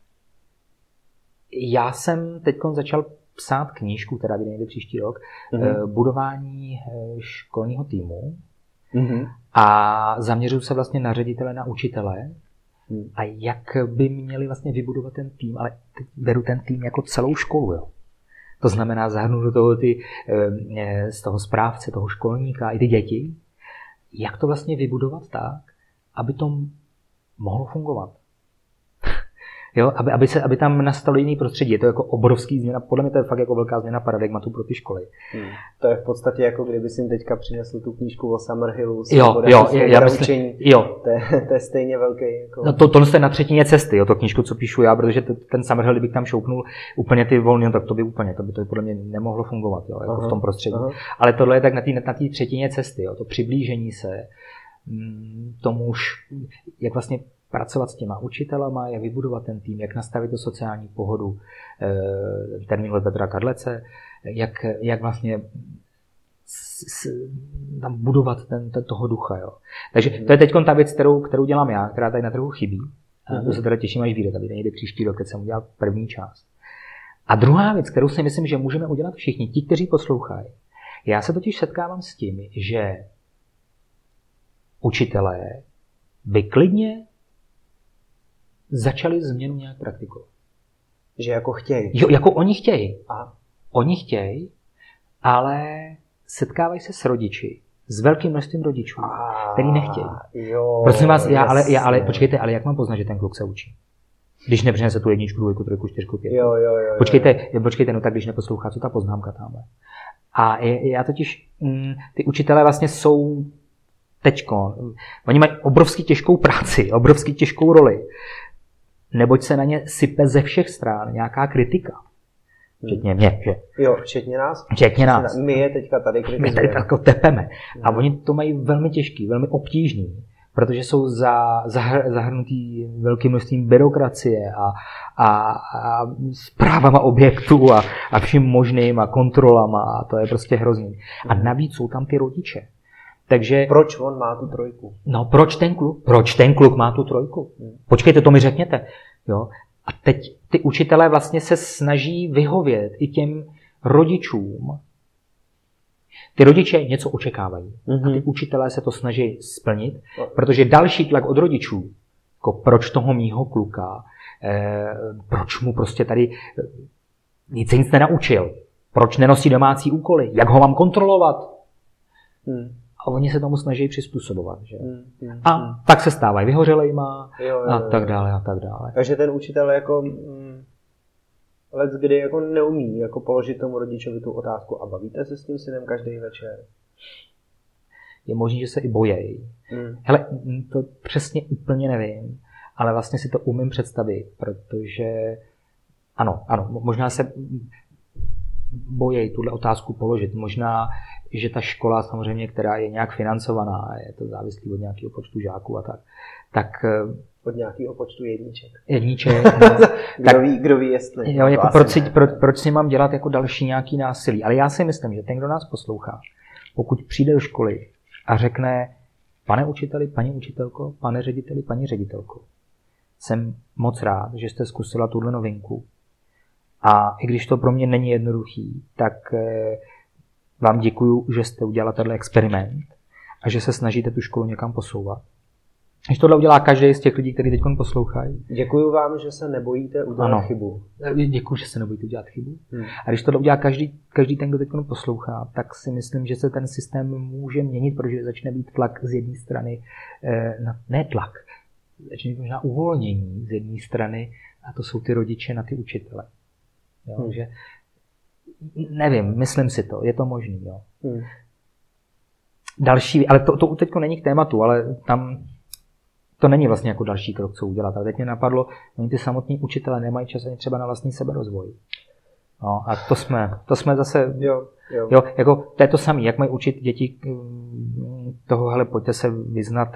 já jsem teď začal psát knížku, která vyjde někdy příští rok, mm-hmm. uh, budování uh, školního týmu. Mm-hmm. A zaměřuju se vlastně na ředitele, na učitele mm. a jak by měli vlastně vybudovat ten tým, ale teď beru ten tým jako celou školu, jo. To znamená, zahrnu do toho ty, z toho správce, toho školníka i ty děti. Jak to vlastně vybudovat tak, aby to mohlo fungovat. Jo, aby, aby, se, aby tam nastalo jiný prostředí. Je to jako obrovský změna, podle mě to je fakt jako velká změna paradigmatu pro ty školy. Hmm. To je v podstatě jako kdyby jsi jim teďka přinesl tu knížku o Summerhillu. Jo, jo, já myslím, jo. To je, to je stejně velký. Jako... No to, tohle je na třetině cesty, jo, to knížku, co píšu já, protože to, ten Summerhill, kdybych tam šoupnul úplně ty volný, tak to by úplně, to by to by podle mě nemohlo fungovat, jo, jako aha, v tom prostředí. Aha. Ale tohle je tak na té na té třetině cesty, jo, to přiblížení se tomu už, jak vlastně pracovat s těma učitelama, jak vybudovat ten tým, jak nastavit tu sociální pohodu, termín od Petra Kadlece, jak, jak vlastně s, s, tam budovat ten, ten, toho ducha. Jo. Takže to je teď ta věc, kterou, kterou dělám já, která tady na trhu chybí. Mm-hmm. To se teda těším, až vyjde, tady někdy příští rok, teď jsem udělal první část. A druhá věc, kterou si myslím, že můžeme udělat všichni, ti, kteří poslouchají. Já se totiž setkávám s tím, že učitelé by klidně začali změnu nějak praktikovat. Že jako chtějí. Jo, jako oni chtějí. Aha. Oni chtějí, ale setkávají se s rodiči, s velkým množstvím rodičů, a, který nechtějí. Jo, prosím vás, já ale, já ale, počkejte, ale jak mám poznat, že ten kluk se učí? Když nepřinese tu jedničku, dvojku, trojku, čtyřku, pětku. Jo, jo, jo, počkejte, jo. počkejte, no tak když neposlouchá, co ta poznámka tamhle. A já totiž, mm, ty učitelé vlastně jsou teďko, oni mají obrovský těžkou práci, obrovský těžkou roli, neboť se na ně sype ze všech stran nějaká kritika. Včetně mě, že? Jo, včetně nás. Včetně nás. My je teďka tady kritizujeme. My tady jako tepeme. A oni to mají velmi těžký, velmi obtížný, protože jsou za, zahr, zahrnutý velkým množstvím byrokracie a, a, a správama objektů a, a vším možným a kontrolama a to je prostě hrozný. A navíc jsou tam ty rodiče. Takže, proč on má tu trojku? No, proč ten kluk? Proč ten kluk má tu trojku? Hmm. Počkejte, to mi řekněte. Jo? A teď ty učitelé vlastně se snaží vyhovět i těm rodičům. Ty rodiče něco očekávají. Mm-hmm. A ty učitelé se to snaží splnit, no. Protože další tlak od rodičů, jako proč toho mýho kluka, eh, proč mu prostě tady nic se nic nenaučil, proč nenosí domácí úkoly, jak ho mám kontrolovat. Hmm. A oni se tomu snaží přizpůsobovat. Že? Hmm, hmm, a hmm. tak se stávají vyhořelejma jo, jo, a tak dále a tak dále. Takže ten učitel jako mm, let kdy jako neumí jako položit tomu rodičovi tu otázku a bavíte se s tím synem každý večer? Je možné, že se i bojejí. Hmm. Hele, to přesně úplně nevím, ale vlastně si to umím představit, protože ano, ano, možná se bojejí tuhle otázku položit. Možná, že ta škola samozřejmě, která je nějak financovaná, je to závislý od nějakého počtu žáků a tak, tak od nějakého počtu jedniček. Jedniček. No, kdo, tak, ví, kdo ví, jestli. Jo, jako proč, si, pro, proč si mám dělat jako další nějaký násilí? Ale já si myslím, že ten, kdo nás poslouchá, pokud přijde do školy a řekne, pane učiteli, paní učitelko, pane řediteli, paní ředitelko, jsem moc rád, že jste zkusila tuhle novinku A i když to pro mě není jednoduchý, tak vám děkuju, že jste udělali tenhle experiment a že se snažíte tu školu někam posouvat. Když tohle udělá každý z těch lidí, kteří teď poslouchají. Děkuju vám, že se nebojíte udělat ano. chybu. Děkuju, že se nebojíte udělat chybu. Hmm. A když tohle udělá každý, každý ten, kdo teď poslouchá, tak si myslím, že se ten systém může měnit, protože začne být tlak z jedné strany, eh, ne tlak, začne být možná uvolnění z jedné strany a to jsou ty rodiče na ty učitele. Jo, hmm. že, nevím, myslím si to, je to možný. Jo. Hmm. Další, ale to, to teď není k tématu, ale tam to není vlastně jako další krok, co udělat. Ale teď mě napadlo, oni ty samotní učitelé nemají čas ani třeba na vlastní seberozvoj. No, a to jsme, to jsme zase, jo, jo. Jo, jako to je to samé, jak mají učit děti toho, hele, pojďte se vyznat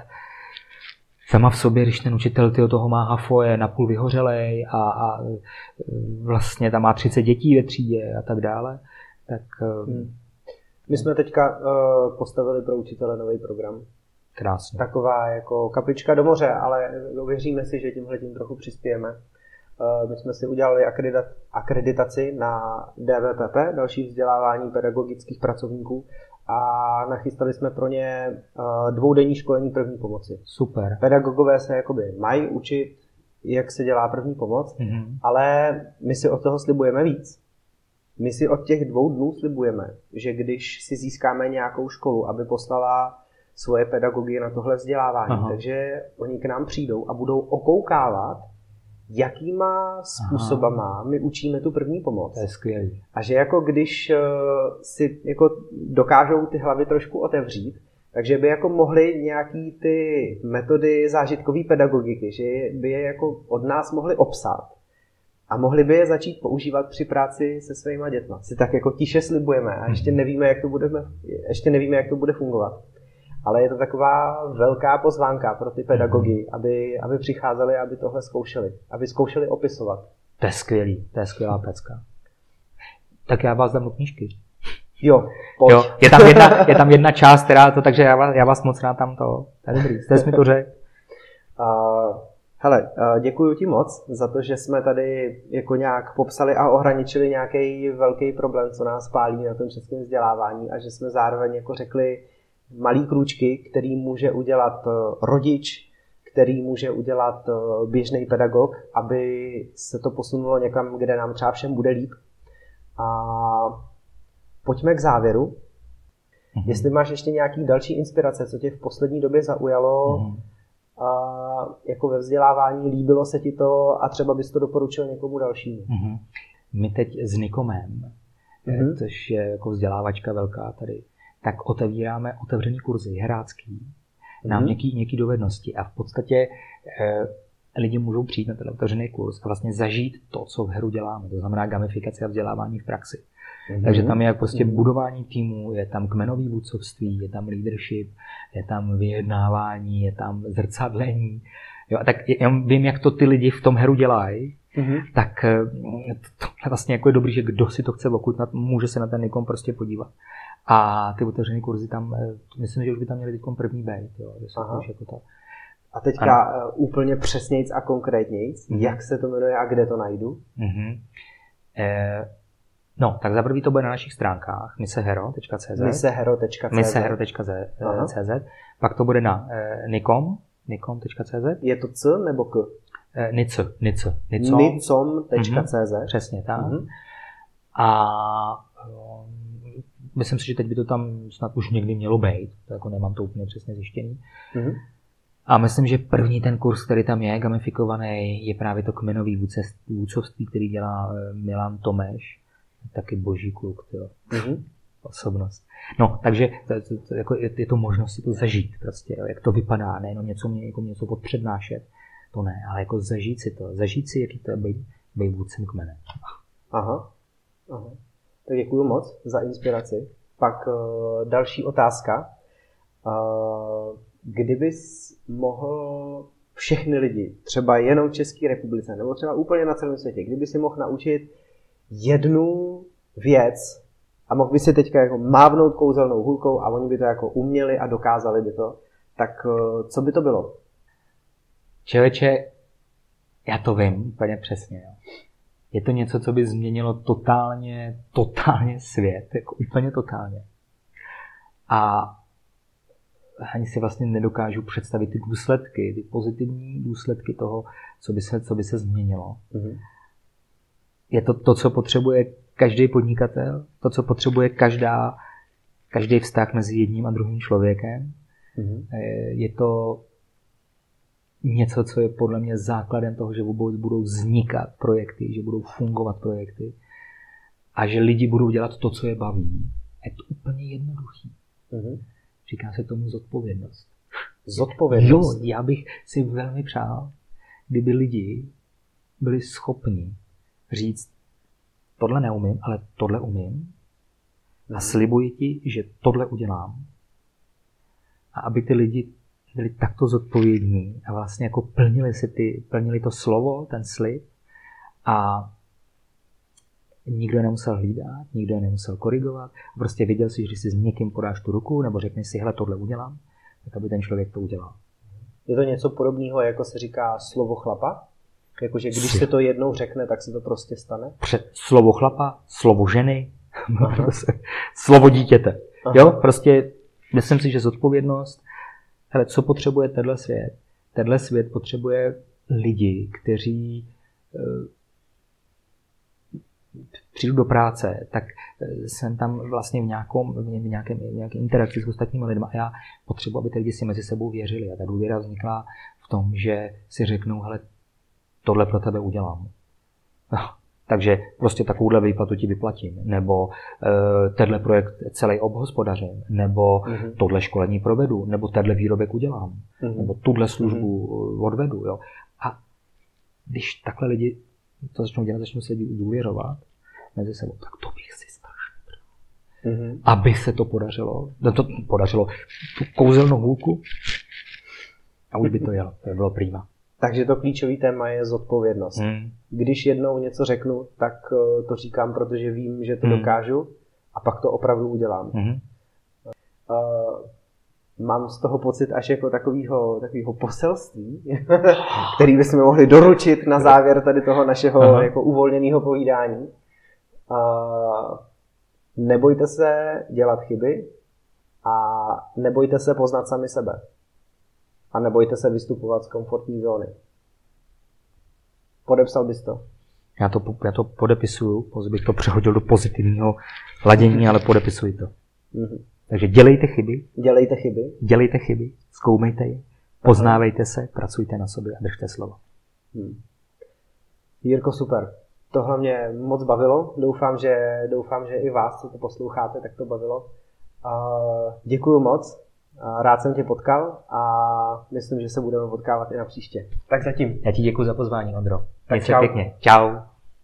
sama v sobě, když ten učitel tyho toho má hafo, je napůl vyhořelej a, a vlastně tam má třicet dětí ve třídě a tak dále. Tak, hmm. My jsme teďka uh, postavili pro učitele nový program. Krásně. Taková jako kaplička do moře, ale věříme si, že tímhle tím trochu přispějeme. Uh, my jsme si udělali akreditaci na D V P P, další vzdělávání pedagogických pracovníků, a nachystali jsme pro ně uh, dvoudenní školení první pomoci. Super. Pedagogové se jakoby mají učit, jak se dělá první pomoc, mm-hmm. ale my si od toho slibujeme víc. My si od těch dvou dnů slibujeme, že když si získáme nějakou školu, aby poslala svoje pedagogy na tohle vzdělávání, Aha. takže oni k nám přijdou a budou okoukávat, jakýma způsobama Aha. my učíme tu první pomoc. To je skvělý. A že jako když uh, si jako dokážou ty hlavy trošku otevřít, takže by jako mohli nějaký ty metody zážitkové pedagogiky, že by je jako od nás mohli obsat a mohli by je začít používat při práci se svýma dětma. Si tak jako tiše slibujeme a ještě nevíme, jak to budeme, ještě nevíme, jak to bude fungovat. Ale je to taková velká pozvánka pro ty pedagogy, aby, aby přicházeli, aby tohle zkoušeli. Aby zkoušeli opisovat. To je skvělý, to je skvělá pecka. Tak já vás dám do knížky. Jo, pojď. Jo, je tam jedna, je tam jedna část, která to, takže já vás, já vás moc rád tam to. To je dobrý, jste mi to řekl. Uh, hele, uh, děkuji ti moc za to, že jsme tady jako nějak popsali a ohraničili nějaký velký problém, co nás pálí na tom českém vzdělávání, a že jsme zároveň jako řekli malý krůčky, který může udělat rodič, který může udělat běžný pedagog, aby se to posunulo někam, kde nám třeba všem bude líp. A pojďme k závěru. Mm-hmm. Jestli máš ještě nějaký další inspirace, co tě v poslední době zaujalo, mm-hmm. a jako ve vzdělávání, líbilo se ti to a třeba bys to doporučil někomu dalšímu. Mm-hmm. My teď s Nikomem, mm-hmm. což je jako vzdělávačka velká tady, tak otevíráme otevřený kurzy, herácký, nám mm. nějaký, nějaký dovednosti a v podstatě eh, lidi můžou přijít na ten otevřený kurz a vlastně zažít to, co v heru děláme, to znamená gamifikace a vzdělávání v praxi. Mm. Takže tam je jak prostě mm. budování týmu, je tam kmenový vůdcovství, je tam leadership, je tam vyjednávání, je tam zrcadlení. Jo, a tak já vím, jak to ty lidi v tom heru dělají, mm. tak to vlastně jako je dobrý, že kdo si to chce ochutnat, může se na ten Nikom prostě podívat. A ty otevřené kurzy tam, myslím, že už by tam měli teď první být. Jo, už jako to. A teďka ano. úplně přesnějc a konkrétnějc, mm-hmm. jak se to jmenuje a kde to najdu? Mm-hmm. Eh, no, tak za prvý to bude na našich stránkách misehero tečka cé zet misehero tečka cé zet misehero tečka cé zet Pak to bude na eh, nikom nikom tečka cé zet Je to C nebo K? Eh, nic, nic, nicom. nicom tečka cé zet Mm-hmm. Přesně tak. Mm-hmm. A myslím si, že teď by to tam snad už někdy mělo být, to jako nemám to úplně přesně zjištěný. Mm-hmm. A myslím, že první ten kurz, který tam je gamifikovaný, je právě to kmenový vůdcovství, který dělá Milan Tomeš, taky boží kluk, tyjo. Mm-hmm. Osobnost. No, takže to, to, to, jako je, je to možnost si to zažít, prostě, jo, jak to vypadá, nejenom něco, jako něco podpřednášet, to ne, ale jako zažít si to, zažít si, jaký to je být, být vůdcem kmene. Aha, aha. Tak děkuju moc za inspiraci. Pak uh, další otázka. Uh, kdybys mohl všechny lidi, třeba jenom v České republice, nebo třeba úplně na celém světě, kdyby si mohl naučit jednu věc a mohl by si teďka jako mávnout kouzelnou hůlkou a oni by to jako uměli a dokázali by to, tak uh, co by to bylo? Člověče, já to vím úplně přesně. Jo. Je to něco, co by změnilo totálně, totálně svět, jako úplně totálně. A ani si vlastně nedokážu představit ty důsledky, ty pozitivní důsledky toho, co by se, co by se změnilo. Mm-hmm. Je to to, co potřebuje každý podnikatel, to, co potřebuje každá, každý vztah mezi jedním a druhým člověkem. Mm-hmm. Je to něco, co je podle mě základem toho, že vůbec budou vznikat projekty, že budou fungovat projekty a že lidi budou dělat to, co je baví. Je to úplně jednoduchý. Mm-hmm. Říká se tomu zodpovědnost. Zodpovědnost? Jo, já bych si velmi přál, kdyby lidi byli schopni říct, tohle neumím, ale tohle umím a slibuji ti, že tohle udělám. A aby ty lidi byli takto zodpovědní a vlastně jako plnili si ty, plnili to slovo, ten slib a nikdo je nemusel hlídat, nikdo je nemusel korigovat. A prostě viděl si, že si s někým podáš tu ruku nebo řekneš si, hele, tohle udělám, tak aby ten člověk to udělal. Je to něco podobného, jako se říká slovo chlapa? Jakože když se to jednou řekne, tak se to prostě stane? Před slovo chlapa, slovo ženy, slovo dítěte. Aha. Jo, prostě myslím si, že zodpovědnost, hele, co potřebuje tenhle svět? Tenhle svět potřebuje lidi, kteří přijdu do práce, tak jsem tam vlastně v, nějakom, v nějakém, v nějaké interakci s ostatními lidmi a já potřebuji, aby ty lidi si mezi sebou věřili. A ta důvěra vznikla v tom, že si řeknou, hele, tohle pro tebe udělám. No, takže prostě takovouhle výplatu ti vyplatím. Nebo uh, tenhle projekt celý obhospodařím. Nebo mm-hmm. tohle školení provedu. Nebo tenhle výrobek udělám. Mm-hmm. Nebo tuhle službu mm-hmm. odvedu. Jo. A když takhle lidi to začnou dělat, začnou se důvěřovat mezi sebou, tak to bych si strašně mm-hmm. aby se to podařilo, no to podařilo tu kouzelnou hůlku a už by to jelo, to by bylo prima. Takže to klíčový téma je zodpovědnost. Mm. Když jednou něco řeknu, tak to říkám, protože vím, že to mm. dokážu a pak to opravdu udělám. Mm. Uh, mám z toho pocit až jako takovýho, takovýho poselství, který bychom mohli doručit na závěr tady toho našeho jako uvolněného povídání. Uh, nebojte se dělat chyby a nebojte se poznat sami sebe. A nebojte se vystupovat z komfortní zóny. Podepsal bys to? Já to, já to podepisuju, bych to přehodil do pozitivního ladění, ale podepisuji to. Mm-hmm. Takže dělejte chyby. Dělejte chyby. Dělejte chyby, zkoumejte je, poznávejte se, pracujte na sobě a držte slovo. Hmm. Jirko, super. Tohle mě moc bavilo. Doufám, že, doufám, že i vás, co to posloucháte, tak to bavilo. Uh, děkuju moc. Rád jsem tě potkal a myslím, že se budeme potkávat i na příště. Tak zatím. Já ti děkuji za pozvání, Ondro. Měj se pěkně. Čau.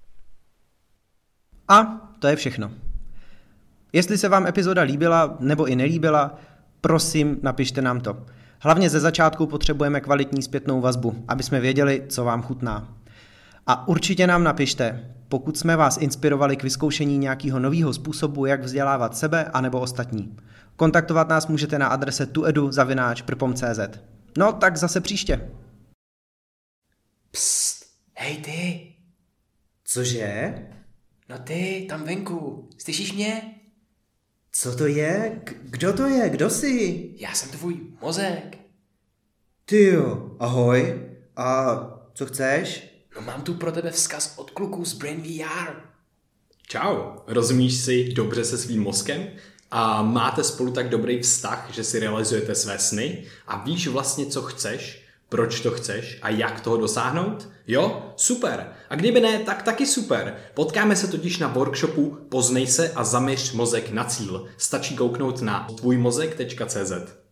A to je všechno. Jestli se vám epizoda líbila nebo i nelíbila, prosím, napište nám to. Hlavně ze začátku potřebujeme kvalitní zpětnou vazbu, aby jsme věděli, co vám chutná. A určitě nám napište, pokud jsme vás inspirovali k vyzkoušení nějakého nového způsobu, jak vzdělávat sebe anebo ostatní. Kontaktovat nás můžete na adrese tuedu zavináč prpom tečka cz. No tak zase příště. Psst, hej ty. Cože? No ty, tam venku, slyšíš mě? Co to je? K- kdo to je? Kdo jsi? Já jsem tvůj mozek. Tyjo, ahoj. A co chceš? No mám tu pro tebe vzkaz od kluků z Brain V R. Čau, rozumíš si dobře se svým mozkem? A máte spolu tak dobrý vztah, že si realizujete své sny a víš vlastně, co chceš, proč to chceš a jak toho dosáhnout? Jo? Super. A kdyby ne, tak taky super. Potkáme se totiž na workshopu Poznej se a zaměř mozek na cíl. Stačí kouknout na tvůj mozek tečka cz.